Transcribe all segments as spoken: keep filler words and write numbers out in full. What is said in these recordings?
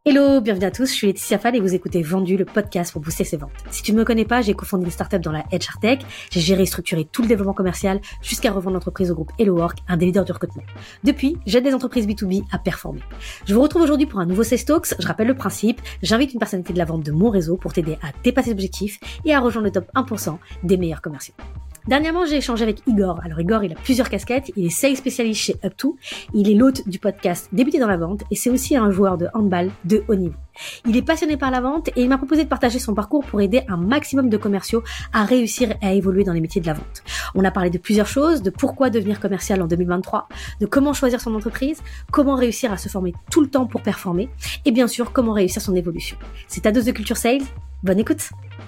Hello, bienvenue à tous, je suis Laetitia Fall et vous écoutez Vendu, le podcast pour booster ses ventes. Si tu ne me connais pas, j'ai cofondé une startup dans la H R Tech, j'ai géré et structuré tout le développement commercial jusqu'à revendre l'entreprise au groupe HelloWork, un des leaders du recrutement. Depuis, j'aide les entreprises B deux B à performer. Je vous retrouve aujourd'hui pour un nouveau Sales Talks, je rappelle le principe, j'invite une personnalité de la vente de mon réseau pour t'aider à dépasser tes objectifs et à rejoindre le top un pour cent des meilleurs commerciaux. Dernièrement, j'ai échangé avec Igor. Alors Igor, il a plusieurs casquettes. Il est sales spécialiste chez Up deux. Il est l'hôte du podcast Débuter dans la vente et c'est aussi un joueur de handball de haut niveau. Il est passionné par la vente et il m'a proposé de partager son parcours pour aider un maximum de commerciaux à réussir et à évoluer dans les métiers de la vente. On a parlé de plusieurs choses, de pourquoi devenir commercial en deux mille vingt-trois, de comment choisir son entreprise, comment réussir à se former tout le temps pour performer et bien sûr, comment réussir son évolution. C'est ta dose de culture sales. Bonne écoute!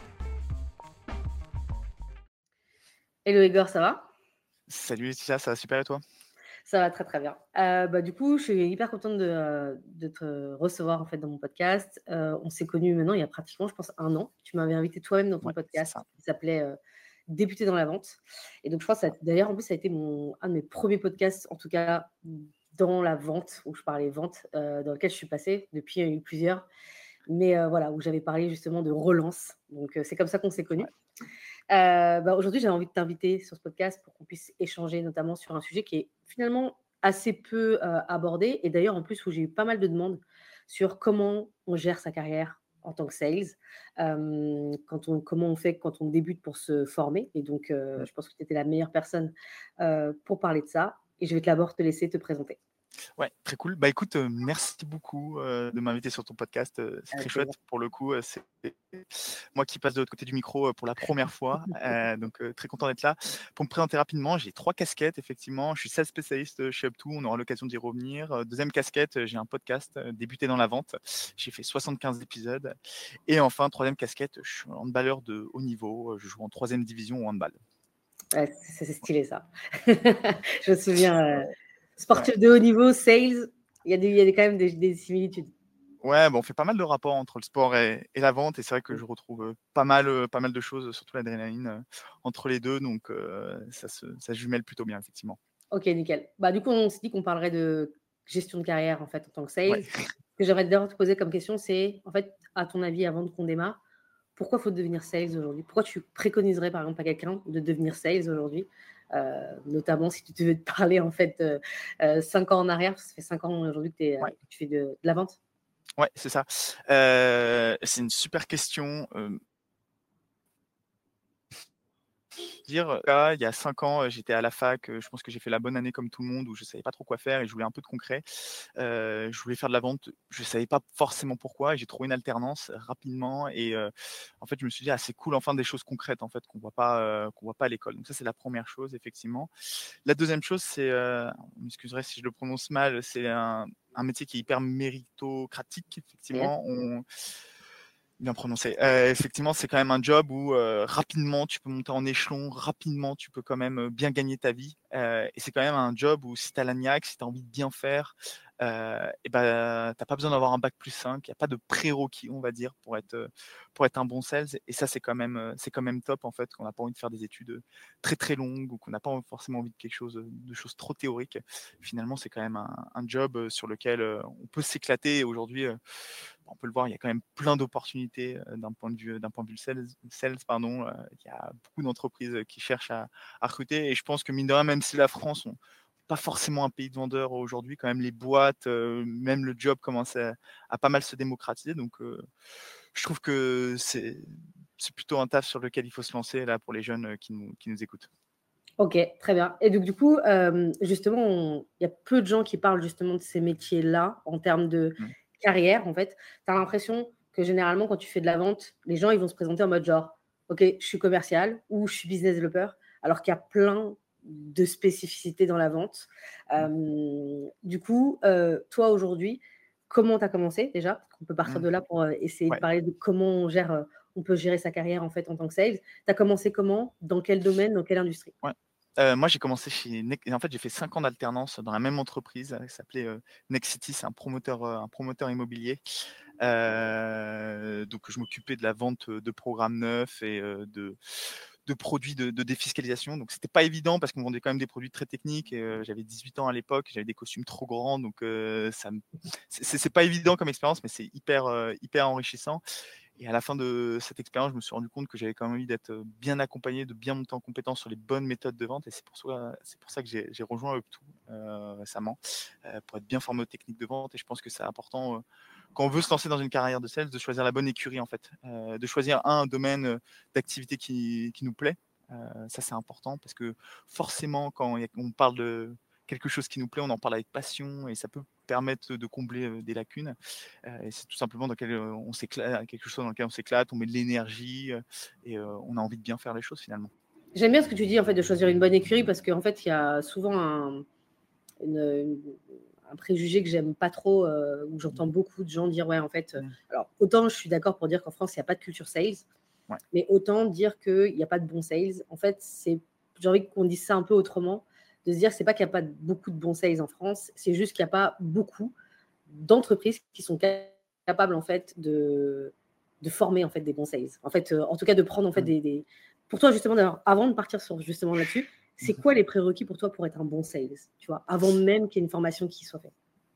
Hello Igor, ça va? Salut Laetitia, ça va super et toi? Ça va très très bien. Euh, bah, du coup, je suis hyper contente de, euh, de te recevoir en fait dans mon podcast. Euh, on s'est connus maintenant il y a pratiquement, je pense, un an. Tu m'avais invité toi-même dans ton Ouais, c'est podcast ça. qui s'appelait euh, Débuter dans la vente. Et donc, je pense que ça- d'ailleurs, en plus, ça a été mon, un de mes premiers podcasts, en tout cas dans la vente, où je parlais vente, euh, dans lequel je suis passée. Depuis, il y en a eu plusieurs. Mais euh, voilà, où j'avais parlé justement de relance. Donc, euh, c'est comme ça qu'on s'est Ouais. connus. Euh, bah, aujourd'hui, j'avais envie de t'inviter sur ce podcast pour qu'on puisse échanger notamment sur un sujet qui est finalement assez peu euh, abordé et d'ailleurs en plus où j'ai eu pas mal de demandes sur comment on gère sa carrière en tant que sales, euh, quand on, comment on fait quand on débute pour se former. Et donc, euh, Mm. je pense que tu étais la meilleure personne euh, pour parler de ça. Et je vais d'abord te laisser te présenter. Ouais, très cool. Bah écoute, euh, merci beaucoup euh, de m'inviter sur ton podcast. euh, c'est très Avec chouette plaisir. pour le coup. euh, c'est moi qui passe de l'autre côté du micro euh, pour la première fois. euh, donc euh, très content d'être là. Pour me présenter rapidement, j'ai trois casquettes effectivement. Je suis sales spécialiste chez Up deux. On aura l'occasion d'y revenir. Euh, Deuxième casquette, euh, j'ai un podcast euh, débuté dans la vente. J'ai fait soixante-quinze épisodes. Et enfin, troisième casquette, je suis handballeur de haut niveau. Euh, Je joue en troisième division au handball. Ouais, c'est c'est stylé ça. Je me souviens, euh, Ouais. sportif de haut niveau, sales, il y a, des, il y a des- quand même des, des similitudes. Ouais, bah, on fait pas mal de rapports entre le sport et et la vente et c'est vrai que Mm. je retrouve, heu, pas mal, heu, pas mal de choses, surtout l'adrénaline, heu, entre les deux donc heu, ça se ça se jumelle plutôt bien effectivement. Ok, nickel. Bah, du coup, on s'est dit qu'on parlerait de gestion de carrière en fait en tant que Ouais. sales. Ce que j'aimerais d'abord te poser comme question, c'est en fait, à ton avis, avant qu'on démarre, pourquoi faut devenir sales aujourd'hui? Pourquoi tu préconiserais par exemple à quelqu'un de devenir sales aujourd'hui? Euh, notamment si tu devais te parler en fait euh, euh, cinq ans en arrière, parce que ça fait cinq ans aujourd'hui que, t'es, euh, Ouais, que tu fais de, de la vente. ouais, c'est ça. Heu, c'est une super question, hem dire, heu, là, il y a cinq ans, heu, j'étais à la fac, heu, je pense que j'ai fait la bonne année comme tout le monde où je savais pas trop quoi faire et je voulais un peu de concret. Heu, je voulais faire de la vente, je savais pas forcément pourquoi et j'ai trouvé une alternance rapidement et heu, en fait, je me suis dit: «Ah, c'est cool enfin des choses concrètes en fait qu'on voit pas, heu, qu'on voit pas à l'école». Donc ça, c'est la première chose effectivement. La deuxième chose, c'est, heu, vous m'excuserez si je le prononce mal, c'est un un métier qui est hyper méritocratique Yes. effectivement. On Bien prononcé. Heu, effectivement, c'est quand même un job où, heu, rapidement tu peux monter en échelon, rapidement tu peux quand même, heu, bien gagner ta vie, heu et c'est quand même un job où si tu as la niaque, si tu as envie de bien faire, heu et bah, tu as pas besoin d'avoir un bac plus cinq. Il y a pas de prérequis, on va dire, pour être, heu, pour être un bon sales et ça, c'est quand même, heu, c'est quand même top, en fait, qu'on n'a pas envie de faire des études, heu, très, très longues ou qu'on n'a pas forcément envie de quelque chose, heu, de choses trop théoriques. Finalement, c'est quand même un un job, heu, sur lequel, heu, on peut s'éclater et aujourd'hui, heu on peut le voir, il y a quand même plein d'opportunités, heu, d'un point de vue, d'un point de vue sales sales pardon, heu, il y a beaucoup d'entreprises, heu, qui cherchent à à recruter et je pense que mine de rien, même si la France on pas forcément un pays de vendeurs aujourd'hui, quand même les boîtes, heu, même le job commence à à pas mal se démocratiser donc heu, je trouve que c'est c'est plutôt un taf sur lequel il faut se lancer là pour les jeunes, heu, qui nous qui nous écoutent. Ok, très bien. Et donc, du coup, euh, justement, on- il y a peu de gens qui parlent justement de ces métiers-là en termes de Mmh. carrière, en fait. Tu as l'impression que généralement, quand tu fais de la vente, les gens, ils vont se présenter en mode genre, OK, je suis commercial ou je suis business developer, alors qu'il y a plein de spécificités dans la vente. Mmh. Euh, du coup, euh, toi, aujourd'hui, comment tu as commencé déjà? Parce qu'on peut partir Mmh. de là pour euh, essayer de Ouais. parler de comment on gère, euh, on peut gérer sa carrière, en fait, en tant que sales. Tu as commencé comment? Dans quel domaine? Dans quelle industrie? Ouais. Heu, moi, j'ai commencé chez Nec en fait, j'ai fait cinq ans d'alternance dans la même entreprise, heu, qui s'appelait, heu, Nexity. C'est un promoteur, heu, un promoteur immobilier. Heu, donc je m'occupais de la vente, heu, de programmes neufs et heu, de de produits de, de défiscalisation. Donc, c'était pas évident parce qu'on vendait quand même des produits très techniques. Et, euh, j'avais dix-huit ans à l'époque, j'avais des costumes trop grands. Donc, euh, ça me- c'est c'est pas évident comme expérience, mais c'est hyper, euh, hyper enrichissant. Et à la fin de cette expérience, je me suis rendu compte que j'avais quand même envie d'être euh, bien accompagné, de bien monter en compétence sur les bonnes méthodes de vente. Et c'est pour ça, c'est pour ça que j'ai j'ai rejoint Up deux euh, récemment, euh, pour être bien formé aux techniques de vente. Et je pense que c'est important, euh, quand on veut se lancer dans une carrière de sales, de choisir la bonne écurie, en fait. Euh, de choisir un, un domaine euh, d'activité qui, qui nous plaît. Euh, ça, c'est important parce que forcément, quand il y a- on parle de quelque chose qui nous plaît, on en parle avec passion et ça peut permettre de combler euh, des lacunes. Euh, et c'est tout simplement dans quel, euh, on s'éclate, quelque chose dans lequel on s'éclate, on met de l'énergie euh, et euh, on a envie de bien faire les choses finalement. J'aime bien ce que tu dis, en fait, de choisir une bonne écurie, parce qu'en fait, il y a souvent un, une, une- un préjugé que j'aime pas trop, euh, où j'entends beaucoup de gens dire, ouais, en fait, euh, Mmh. alors autant je suis d'accord pour dire qu'en France, il n'y a pas de culture sales, Ouais. mais autant dire qu'il n'y a pas de bons sales. En fait, c'est, j'ai envie qu'on dise ça un peu autrement, de se dire que c'est pas qu'il n'y a pas de- beaucoup de bons sales en France, c'est juste qu'il n'y a pas beaucoup d'entreprises qui sont capables, en fait, de, de former, en fait, des bons sales. En fait, euh, en tout cas, de prendre, en fait, Mmh. des, des... Pour toi, justement, d'ailleurs, avant de partir sur justement là-dessus, c'est Mmh. quoi les prérequis pour toi pour être un bon sales, tu vois, avant même qu'il y ait une formation qui soit faite?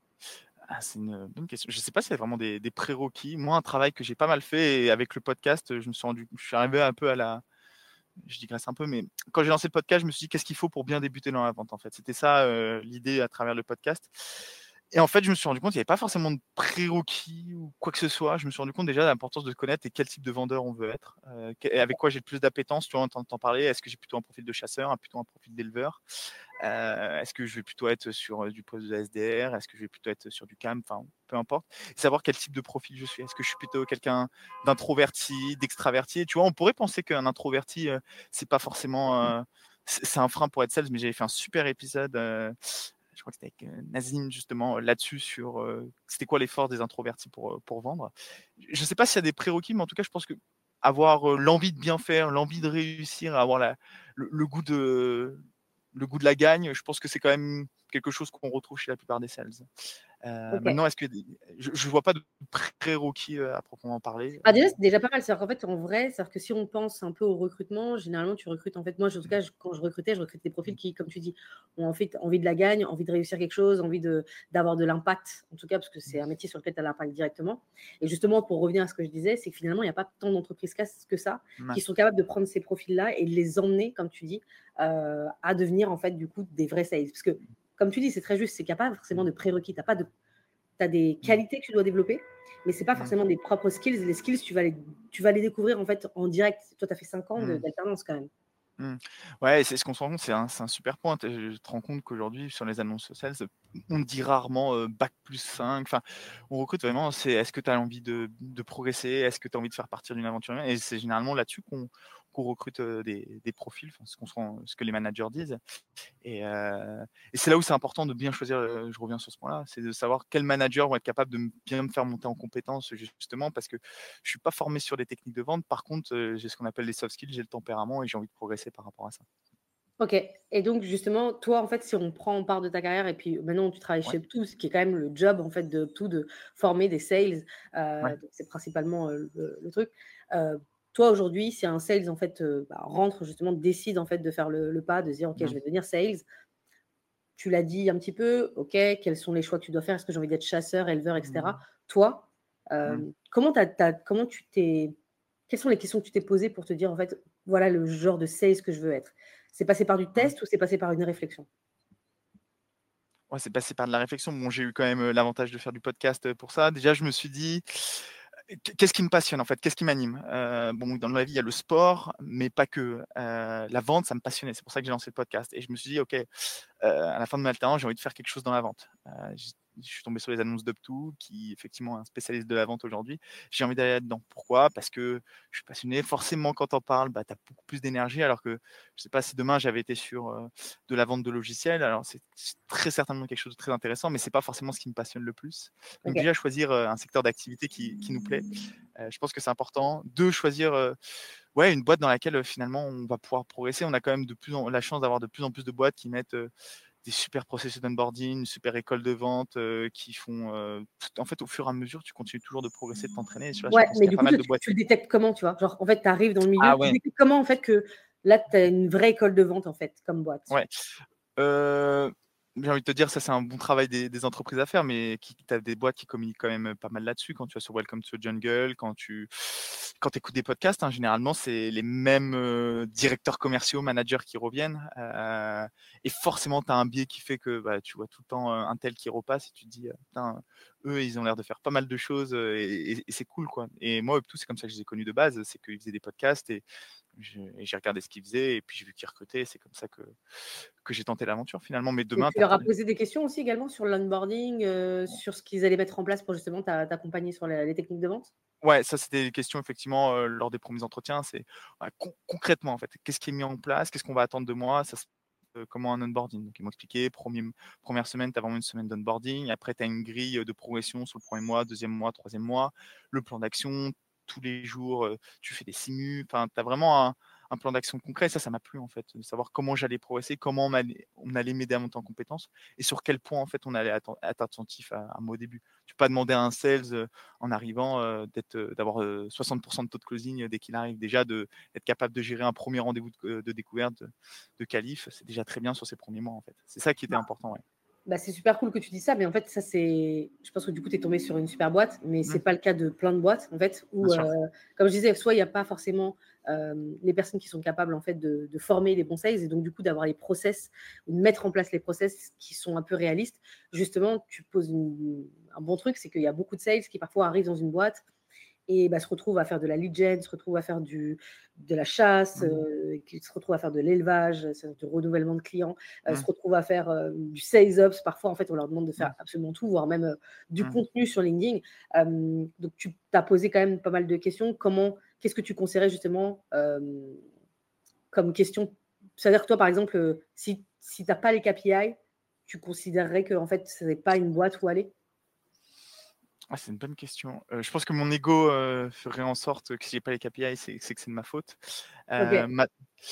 Ah, c'est une bonne question. Je ne sais pas s'il y a vraiment des, des prérequis. Moi, un travail que j'ai pas mal fait et avec le podcast, je me suis rendu, je suis arrivé un peu à la, je digresse un peu, mais quand j'ai lancé le podcast, je me suis dit qu'est-ce qu'il faut pour bien débuter dans la vente en fait. C'était ça euh, l'idée à travers le podcast. Et en fait, je me suis rendu compte qu'il n'y avait pas forcément de prérequis ou quoi que ce soit. Je me suis rendu compte déjà de l'importance de connaître et quel type de vendeur on veut être, euh, et avec quoi j'ai le plus d'appétence. Tu vois, on t'entend parler. Est-ce que j'ai plutôt un profil de chasseur, un- plutôt un profil d'éleveur? Euh, est-ce que je vais plutôt être sur euh, du poste de S D R? Est-ce que je vais plutôt être sur du C A M? Enfin, peu importe. Et savoir quel type de profil je suis. Est-ce que je suis plutôt quelqu'un d'introverti, d'extraverti? Tu vois, on pourrait penser qu'un introverti, euh, c'est pas forcément, euh, c'est c'est un frein pour être sales, mais j'avais fait un super épisode. euh, je crois que c'était avec euh, Nazim justement euh, là-dessus sur euh, c'était quoi les forces des introvertis pour, euh, pour vendre. Je ne sais pas s'il y a des prérequis, mais en tout cas, je pense que avoir euh, l'envie de bien faire, l'envie de réussir, avoir la, le, le goût de, le goût de la gagne, je pense que c'est quand même quelque chose qu'on retrouve chez la plupart des sales. Euh, Ok. maintenant, est-ce que je ne vois pas de prérequis euh, à proprement parler. Ah, déjà, c'est déjà pas mal. C'est-à-dire qu'en fait, en vrai, c'est-à-dire que si on pense un peu au recrutement, généralement, tu recrutes. En fait, moi, en tout cas, je- quand je recrutais, je recrutais des profils qui, comme tu dis, ont en fait envie de la gagne, envie de réussir quelque chose, envie de, d'avoir de l'impact, en tout cas, parce que c'est un métier sur lequel tu as l'impact directement. Et justement, pour revenir à ce que je disais, c'est que finalement, il n'y a pas tant d'entreprises que ça Ouais. qui sont capables de prendre ces profils-là et de les emmener, comme tu dis, euh, à devenir, en fait, du coup, des vrais sales. Parce que, comme tu dis, c'est très juste, c'est qu'il n'y a pas forcément de prérequis. Tu as pas de Tu as des qualités que tu dois développer, mais ce n'est pas Mm. forcément des propres skills. Les skills, tu vas les, tu vas les découvrir en fait en direct. Toi, tu as fait cinq ans de- Mm. d'alternance quand même. Mm. Ouais, c'est ce qu'on se rend compte, c'est un, c'est un super point. Je te rends compte qu'aujourd'hui, sur les annonces sociales, on dit rarement euh, bac plus cinq. Enfin, on recrute vraiment, c'est est-ce que tu as envie de, de progresser? Est-ce que tu as envie de faire partir d'une aventure humaine? Et c'est généralement là-dessus qu'on qu'on recrute euh, des, des profils, enfin, ce, qu'on se rend- ce que les managers disent. Et, euh, et c'est là où c'est important de bien choisir, euh, je reviens sur ce point-là, c'est de savoir quels managers vont être capables de m- bien me faire monter en compétences, justement, parce que je suis pas formé sur les techniques de vente. Par contre, euh, j'ai ce qu'on appelle les soft skills, j'ai le tempérament et j'ai envie de progresser par rapport à ça. Ok. Et donc, justement, toi, en fait, si on prend part de ta carrière et puis maintenant, tu travailles Ouais, chez tout, ce qui est quand même le job, en fait, de tout, de former des sales, ouais. euh, donc c'est principalement euh, le, le truc. Euh, Toi, aujourd'hui, si un sales, en fait, euh, bah, rentre, justement, décide, en fait, de faire le, le pas, de se dire, OK, je Mm. vais devenir sales, tu l'as dit un petit peu, OK, quels sont les choix que tu dois faire? Est-ce que j'ai envie d'être chasseur, éleveur, et cetera. Mm. Toi, Mm. euh, comment, t'as- t'as- comment tu t'es... Quelles sont les questions que tu t'es posées pour te dire, en fait, voilà le genre de sales que je veux être? C'est passé par du Mm. test ou c'est passé par une réflexion? Ouais, c'est passé par de la réflexion. Bon, j'ai eu quand même euh, l'avantage de faire du podcast euh, pour ça. Déjà, je me suis dit, euh, qu'est-ce qui me passionne en fait? Qu'est-ce qui m'anime? Euh, bon, dans la vie, il y a le sport, mais pas que. Euh, la vente, ça me passionnait. C'est pour ça que j'ai lancé le podcast. Et je me suis dit, OK, euh, à la fin de ma alternance, j'ai envie de faire quelque chose dans la vente. Euh, j- je suis tombé sur les annonces d'Up deux, qui effectivement est un spécialiste de la vente aujourd'hui. J'ai envie d'aller là-dedans. Pourquoi? Parce que je suis passionné. Forcément, quand on parle, bah, tu as beaucoup plus d'énergie. Alors que je sais pas si demain j'avais été sur euh, de la vente de logiciels. Alors c'est c'est très certainement quelque chose de très intéressant, mais c'est pas forcément ce qui me passionne le plus. Donc Ok. déjà choisir euh, un secteur d'activité qui, qui nous plaît, euh, je pense que c'est important. Deux, choisir euh, ouais, une boîte dans laquelle euh, finalement on va pouvoir progresser. On a quand même de plus en, la chance d'avoir de plus en plus de boîtes qui mettent euh, des super processus d'onboarding, une super école de vente, euh, qui font euh, tout- en fait au fur et à mesure tu continues toujours de progresser, de t'entraîner. Et tu vois, je Ouais, pense mais qu'il y a du pas coup, mal toi, de tu, boîtes tu qui. le détectes comment, tu vois? Genre, en fait, tu arrives dans le milieu, Ah tu ouais. détectes comment, en fait, que Là, tu as une vraie école de vente, en fait, comme boîte. Ouais. Heu, j'ai envie de te dire, ça, c'est un bon travail des des entreprises à faire, mais qui tu as des boîtes qui communiquent quand même, pas mal là-dessus. Quand tu vas sur Welcome to the Jungle, quand tu quand tu écoutes des podcasts, hein, généralement, c'est les mêmes, heu, directeurs commerciaux, managers qui reviennent, heu et forcément, tu as un biais qui fait que, bah, tu vois tout le temps, heu, un tel qui repasse et tu te dis: «Heu, putain, eux, ils ont l'air de faire pas mal de choses, heu et et et c'est cool, quoi» et moi, Webtoon, c'est comme ça que je les ai connus de base, c'est qu'ils faisaient des podcasts et je et j'ai regardé ce qu'ils faisaient et puis j'ai vu qu'ils recrutaient et c'est comme ça que que j'ai tenté l'aventure finalement. Mais Et demain, tu tu as leur pas as posé des questions aussi également sur l'onboarding, heu, sur ce qu'ils allaient mettre en place pour justement t'a t'accompagner sur les les techniques de vente? Ouais, ça, c'était des questions effectivement, heu, lors des premiers entretiens. C'est, bah, con concrètement, en fait, qu'est-ce qui est mis en place? Qu'est-ce qu'on va attendre de moi? Ça se heu, comment un onboarding? Donc ils m'ont expliqué, premier m première semaine, tu as vraiment une semaine d'onboarding. Après, tu as une grille, de progression sur le premier mois, deuxième mois, troisième mois, le plan d'action. Tous les jours, heu, tu fais des simus. Enfin, tu as vraiment un un plan d'action concret. Ça, ça m'a plu, en fait, de savoir comment j'allais progresser, comment on m'allait on allait m'aider à monter en compétences et sur quel point, en fait, on allait atten être attentif à à moi au début. Tu peux pas demander à un sales, heu, en arrivant, heu, d'être, heu, d'avoir, heu, soixante de taux de closing, heu, dès qu'il arrive. Déjà de d'être capable de gérer un premier rendez-vous de q de découverte de de qualif, c'est déjà très bien sur ces premiers mois, en fait. C'est ça qui était Bah important, ouais. bah, c'est super cool que tu dis ça, mais en fait, ça, c'est je pense que du coup, tu es tombé sur une super boîte, mais c'est Mmh, pas le cas de plein de boîtes, en fait, bien où, heu, sûr. comme je disais, soit il y a pas forcément, hem, les personnes qui sont capables, en fait, de de former les bons sales et donc du coup, d'avoir les process ou de mettre en place les process qui sont un peu réalistes. Justement, tu poses une un bon truc, c'est qu'il y a beaucoup de sales qui parfois arrivent dans une boîte et bah, se retrouvent à faire de la lead gen, se retrouvent à faire du de la chasse, Mmh, heu, qui se retrouvent à faire de l'élevage, heu, du renouvellement de clients, heu, se mmh, retrouvent à faire, heu, du sales ops. Parfois, en fait, on leur demande de faire mmh, absolument tout, voire même, heu, du mmh. contenu sur LinkedIn. Hem, donc tu as posé quand même pas mal de questions. Comment qu'est-ce que tu conseillerais justement, hem, comme question? C'est-à-dire que toi, par exemple, heu, si si tu as pas les K P I, tu considérerais qu'en fait, ce n'est pas une boîte où aller? Ah, c'est une bonne question. Heu, je pense que mon ego, heu, ferait en sorte que si j'ai pas les K P I, c'est c'est que c'est de ma faute. Heu, OK. ma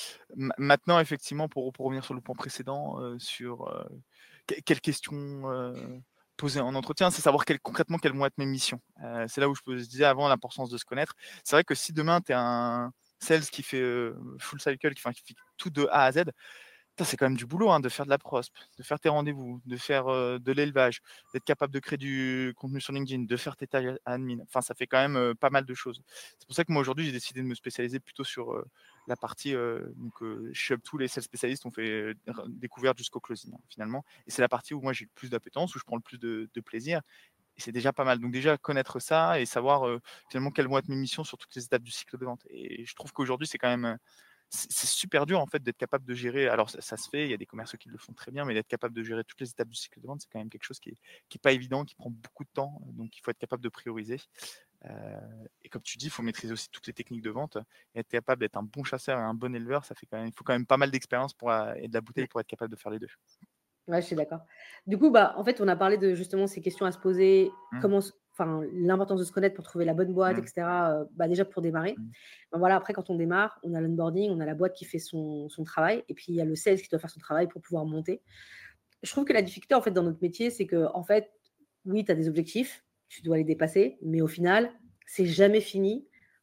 ma maintenant effectivement pour pour revenir sur le point précédent, heu, sur, heu, que quelles questions, heu, poser en entretien, c'est savoir quelles concrètement quelles vont être mes missions. Heu, c'est là où je peux je disais avant l'importance de se connaître. C'est vrai que si demain tu es un sales qui fait, heu, full cycle, qui enfin qui fait tout de A à Z, ça, c'est quand même du boulot, hein, de faire de la prospe, de faire tes rendez-vous, de faire, heu, de l'élevage, d'être capable de créer du contenu sur LinkedIn, de faire tes tâches admin. Enfin, ça fait quand même, heu, pas mal de choses. C'est pour ça que moi, aujourd'hui, j'ai décidé de me spécialiser plutôt sur, heu, la partie, heu, donc heu, chez Hub2, les sales spécialistes ont fait, heu, r découverte jusqu'au closing, hein, finalement et c'est la partie où moi j'ai le plus d'appétence, où je prends le plus de de plaisir et c'est déjà pas mal. Donc déjà connaître ça et savoir, heu, finalement quelles vont être mes missions sur toutes les étapes du cycle de vente et je trouve qu'aujourd'hui, c'est quand même, c'est c'est super dur en fait d'être capable de gérer. Alors ça, ça se fait, il y a des commerciaux qui le font très bien, mais d'être capable de gérer toutes les étapes du cycle de vente, c'est quand même quelque chose qui est, qui est pas évident, qui prend beaucoup de temps. Donc il faut être capable de prioriser. Euh, et comme tu dis, il faut maîtriser aussi toutes les techniques de vente et être capable d'être un bon chasseur et un bon éleveur. Ça fait quand même, il faut quand même pas mal d'expérience pour euh, et de la bouteille pour être capable de faire les deux. Ouais, je suis d'accord. Du coup, bah, en fait, on a parlé de justement ces questions à se poser, Mmh, comment s enfin, l'importance de se connaître pour trouver la bonne boîte et mmh, cetera, heu, bah, déjà pour démarrer. mmh, Bah, voilà, après quand on démarre, on a l'onboarding, on a la boîte qui fait son son travail et puis il y a le sales qui doit faire son travail pour pouvoir monter. Je trouve que la difficulté, en fait, dans notre métier, c'est qu'en fait, oui, tu as des objectifs, tu dois les dépasser, mais au final, c'est jamais fini.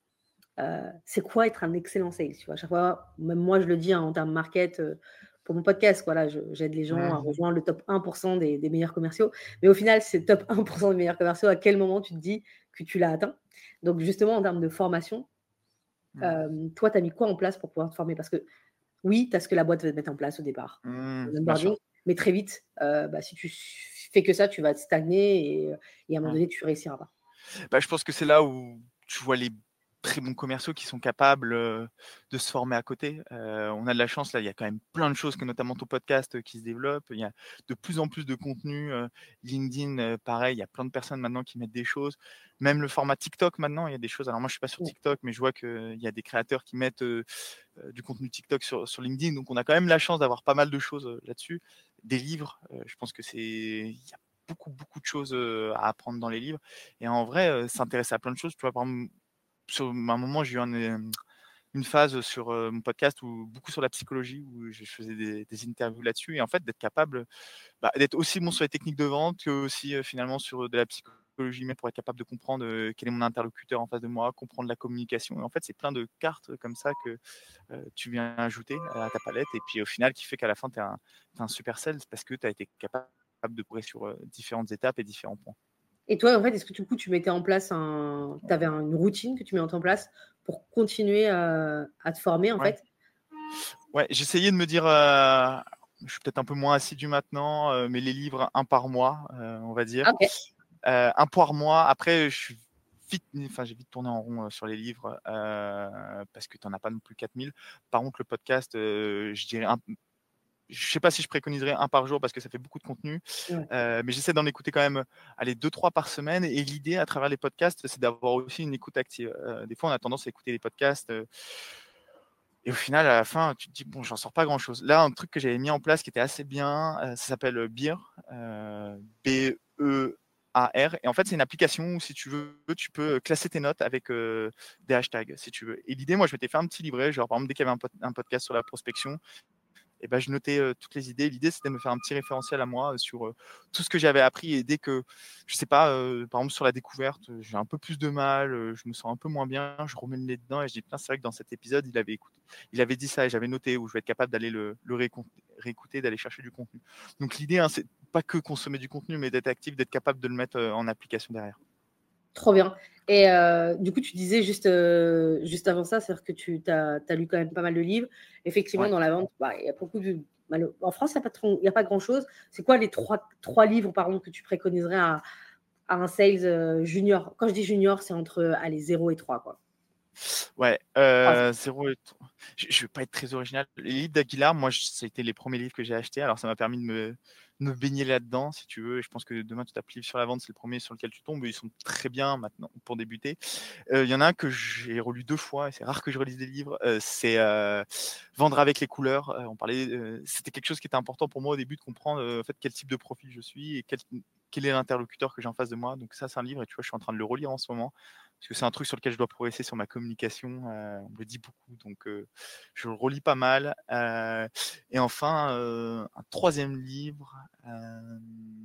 Heu, c'est quoi être un excellent sales, tu vois? À chaque fois, même moi je le dis, hein, en termes market, heu, pour mon podcast, voilà, je j'aide les gens à mmh, rejoindre le top un des des meilleurs commerciaux. Mais au final, c'est le top un des meilleurs commerciaux, à quel moment tu te dis que tu l'as atteint? Donc justement, en termes de formation, mmh, hem, toi, tu as mis quoi en place pour pouvoir te former? Parce que oui, tu as ce que la boîte veut te mettre en place au départ, mmh, bien l'onboarding, sûr. mais très vite, heu, bah, si tu s fais que ça, tu vas stagner et heu et à un moment Mmh. donné, tu réussiras pas. Bah, je pense que c'est là où tu vois les très bons commerciaux qui sont capables, heu, de se former à côté. Heu, on a de la chance là, il y a quand même plein de choses que notamment ton podcast, heu, qui se développe. Il y a de plus en plus de contenu, heu, LinkedIn, heu, pareil, il y a plein de personnes maintenant qui mettent des choses. Même le format TikTok maintenant, il y a des choses alors moi je suis pas sur Mmh. TikTok, mais je vois qu'il y a des créateurs qui mettent, heu heu, du contenu TikTok sur sur LinkedIn, donc on a quand même la chance d'avoir pas mal de choses, heu, là-dessus. Des livres, heu, je pense que c'est il y a beaucoup, beaucoup de choses, heu, à apprendre dans les livres et en vrai, heu, s'intéresser à plein de choses, tu vois? Par exemple, sur un moment, j'ai eu un, hem, une phase sur, heu, mon podcast où beaucoup sur la psychologie, où je faisais des des interviews là-dessus et en fait, d'être capable, bah, d'être aussi bon sur les techniques de vente que aussi, heu, finalement sur, de la psychologie psychologie humaine pour être capable de comprendre euh, quel est mon interlocuteur en face de moi, comprendre la communication. Et en fait, c'est plein de cartes comme ça que euh, tu viens ajouter à ta palette. Et puis au final, qui fait qu'à la fin, tu es un, t'es un super sales parce que tu as été capable de progresser sur euh, différentes étapes et différents points. Et toi, en fait, est-ce que du coup, tu mettais en place un... Tu avais une routine que tu mets en place pour continuer à, à te former, en Ouais, fait? ouais j'essayais de me dire, euh, je suis peut-être un peu moins assidu maintenant, euh, mais les livres, un par mois, euh, on va dire. Ah, ok. Euh, un par mois. Après, je suis vite, enfin, j'ai vite tourné en rond euh, sur les livres euh, parce que tu n'en as pas non plus quatre mille. Par contre, le podcast, euh, je dirais un, je sais pas si je préconiserais un par jour parce que ça fait beaucoup de contenu, Ouais. euh, mais j'essaie d'en écouter quand même, allez, deux, trois par semaine. Et l'idée à travers les podcasts, c'est d'avoir aussi une écoute active. Euh, des fois, on a tendance à écouter les podcasts euh, et au final, à la fin, tu te dis, bon, j'en sors pas grand chose. Là, un truc que j'avais mis en place qui était assez bien, euh, ça s'appelle Beer, euh, B E A R. Et en fait, c'est une application où, si tu veux, tu peux classer tes notes avec euh, des hashtags, si tu veux. Et l'idée, moi, je m'étais fait un petit livret, genre, par exemple, dès qu'il y avait un, pod- un podcast sur la prospection, et ben, je notais euh, toutes les idées. L'idée, c'était de me faire un petit référentiel à moi euh, sur euh, tout ce que j'avais appris. Et dès que, je sais pas, euh, par exemple, sur la découverte, euh, j'ai un peu plus de mal, euh, je me sens un peu moins bien, je remets le nez dedans et je dis, putain, c'est vrai que dans cet épisode, il avait écouté, il avait dit ça et j'avais noté, où je vais être capable d'aller le, le réécouter, réécouter, d'aller chercher du contenu. Donc, l'idée, hein, c'est pas que consommer du contenu, mais d'être actif, d'être capable de le mettre euh, en application derrière. Trop bien. Et euh, du coup, tu disais juste, euh, juste avant ça, c'est-à-dire que tu as, lu quand même pas mal de livres. Effectivement, Ouais. dans la vente, bah, il y a beaucoup de. En France, il n'y a pas, trop, il y a pas grand-chose. C'est quoi les trois, trois livres, pardon, que tu préconiserais à, à un sales euh, junior? Quand je dis junior, c'est entre allez, zéro et trois, quoi. Ouais, euh, zéro et trois. Je, je vais pas être très original. Les livres d'Aguilar, moi, je- c'était les premiers livres que j'ai achetés. Alors, ça m'a permis de me, de me baigner là-dedans, si tu veux. Et je pense que demain, tu tapes livre sur la vente, c'est le premier sur lequel tu tombes. Ils sont très bien maintenant pour débuter. Euh, Il y en a un que j'ai relu deux fois, et c'est rare que je relise des livres. Euh, c'est euh, Vendre avec les couleurs. Euh, on parlait, euh, c'était quelque chose qui était important pour moi au début de comprendre euh, en fait quel type de profil je suis et quel, quel est l'interlocuteur que j'ai en face de moi. Donc ça, c'est un livre, et tu vois, je suis en train de le relire en ce moment parce que c'est un truc sur lequel je dois progresser sur ma communication. Euh, on me le dit beaucoup, donc euh, je le relis pas mal. Euh, et enfin, euh, un troisième livre. Euh,